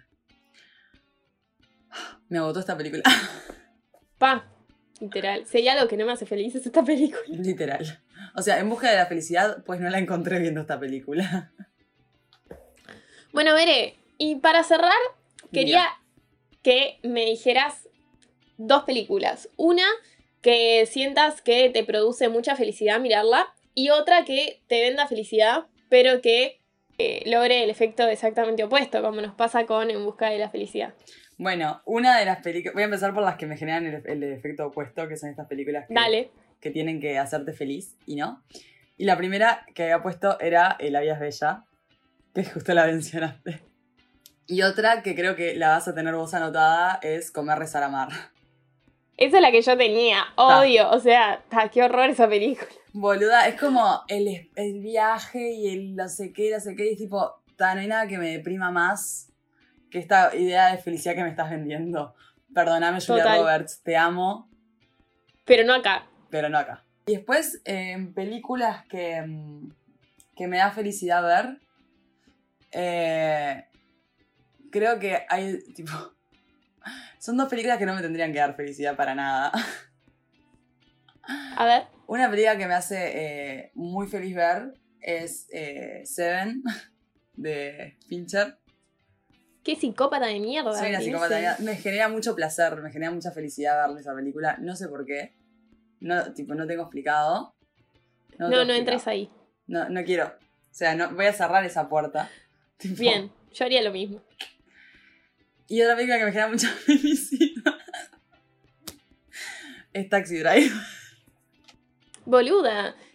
Me agotó esta película. Pa, literal. Si hay algo que no me hace feliz es esta película. Literal. O sea, en busca de la felicidad, pues no la encontré viendo esta película. Bueno, Veré, y para cerrar, quería Mira. que me dijeras dos películas. Una que sientas que te produce mucha felicidad mirarla y otra que te venda felicidad, pero que eh, logre el efecto exactamente opuesto, como nos pasa con En busca de la felicidad. Bueno, una de las películas... Voy a empezar por las que me generan el, el efecto opuesto, que son estas películas que, Dale. que tienen que hacerte feliz y no. Y la primera que había puesto era eh, La vida es bella, que justo la mencionaste. Y otra que creo que la vas a tener vos anotada es Comer, rezar, amar. Esa es la que yo tenía, odio, o sea, ta, qué horror esa película. Boluda, es como el, el viaje y el no sé qué, no sé qué, y es tipo, ta, no hay nada que me deprima más que esta idea de felicidad que me estás vendiendo. Perdóname, Julia Total. Roberts, te amo, Pero no acá. pero no acá. Y después, en películas que, mm, que me da felicidad ver, eh, creo que hay, tipo, son dos películas que no me tendrían que dar felicidad para nada. A ver. Una película que me hace eh, muy feliz ver es eh, Seven, de Fincher. Qué psicópata de mierda. Soy una ¿qué psicópata. dice? Me genera mucho placer, me genera mucha felicidad verle esa película. No sé por qué. No, tipo, no tengo explicado. No, tengo no explicado. entres ahí. No, no quiero. O sea, no, voy a cerrar esa puerta. Tipo, Bien, yo haría lo mismo. Y otra película que me genera mucha felicidad es Taxi Driver. Boluda,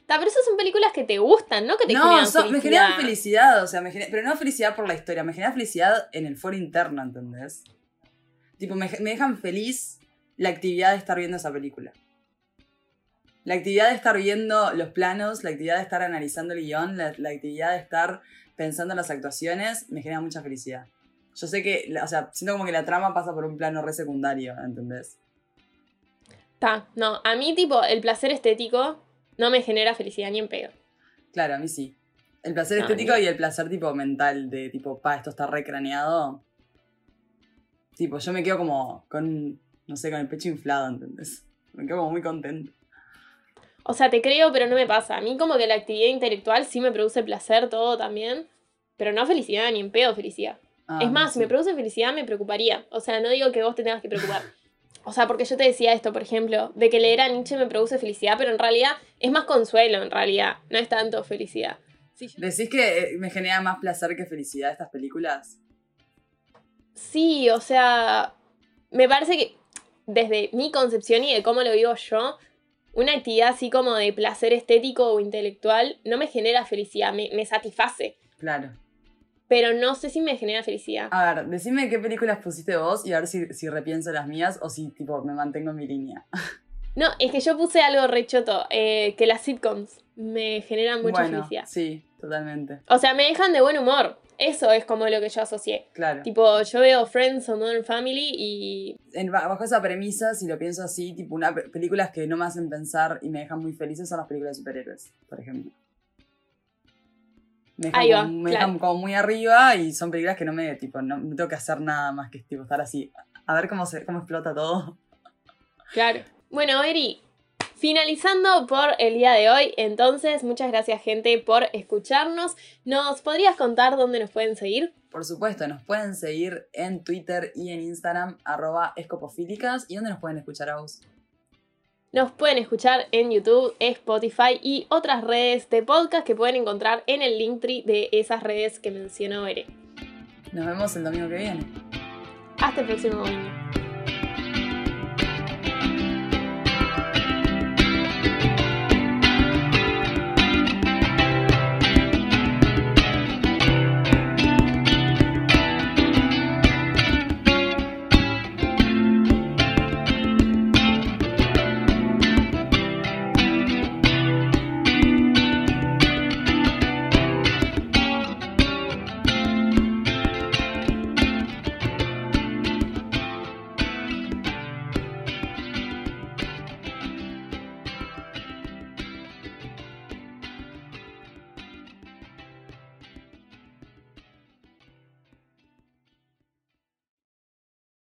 Ta, pero esas son películas que te gustan, ¿no? Que te No, generan so- felicidad. me generan felicidad, o sea, me gener- pero no felicidad por la historia, me genera felicidad en el foro interno, ¿entendés? Tipo, me, me dejan feliz la actividad de estar viendo esa película. La actividad de estar viendo los planos, la actividad de estar analizando el guión, la, la actividad de estar pensando en las actuaciones, me genera mucha felicidad. Yo sé que, la- o sea, siento como que la trama pasa por un plano re secundario, ¿entendés? Ta, no, a mí tipo el placer estético no me genera felicidad ni en pedo. Claro, a mí sí. El placer No, estético ni- y el placer tipo mental de tipo, pa, esto está re craneado. Tipo, yo me quedo como con, no sé, con el pecho inflado, ¿entendés? Me quedo como muy contento. O sea, te creo, pero no me pasa. A mí como que la actividad intelectual sí me produce placer, todo también, pero no felicidad ni en pedo felicidad. Ah, Es más, sí. si me produce felicidad me preocuparía. O sea, no digo que vos te tengas que preocupar. O sea, porque yo te decía esto, por ejemplo, de que leer a Nietzsche me produce felicidad, pero en realidad es más consuelo, en realidad. No es tanto felicidad. Sí, yo- ¿Decís que eh, me genera más placer que felicidad estas películas? Sí, o sea, me parece que desde mi concepción y de cómo lo vivo yo, una actividad así como de placer estético o intelectual no me genera felicidad, me, me satisface, Claro. pero no sé si me genera felicidad. A ver, decime qué películas pusiste vos y a ver si, si repienso las mías o si tipo me mantengo en mi línea. No, es que yo puse algo re choto, eh, que las sitcoms me generan mucha Bueno, felicidad. sí, totalmente. O sea, me dejan de buen humor. Eso es como lo que yo asocié. Claro. Tipo, yo veo Friends o Modern Family y... En- bajo esa premisa, si lo pienso así, tipo una pe- películas que no me hacen pensar y me dejan muy felices son las películas de superhéroes, por ejemplo. Me dejan, Ahí va, como, me claro. dejan como muy arriba y son películas que no me, tipo, no, no tengo que hacer nada más que tipo, estar así. A ver cómo se, cómo explota todo. Claro. Bueno, Eri, finalizando por el día de hoy, entonces, muchas gracias, gente, por escucharnos. ¿Nos podrías contar dónde nos pueden seguir? Por supuesto, nos pueden seguir en Twitter y en Instagram, arroba escopofílicas. ¿Y dónde nos pueden escuchar a vos? Nos pueden escuchar en YouTube, Spotify y otras redes de podcast que pueden encontrar en el Linktree de esas redes que mencionó Eri. Nos vemos el domingo que viene. Hasta el próximo domingo.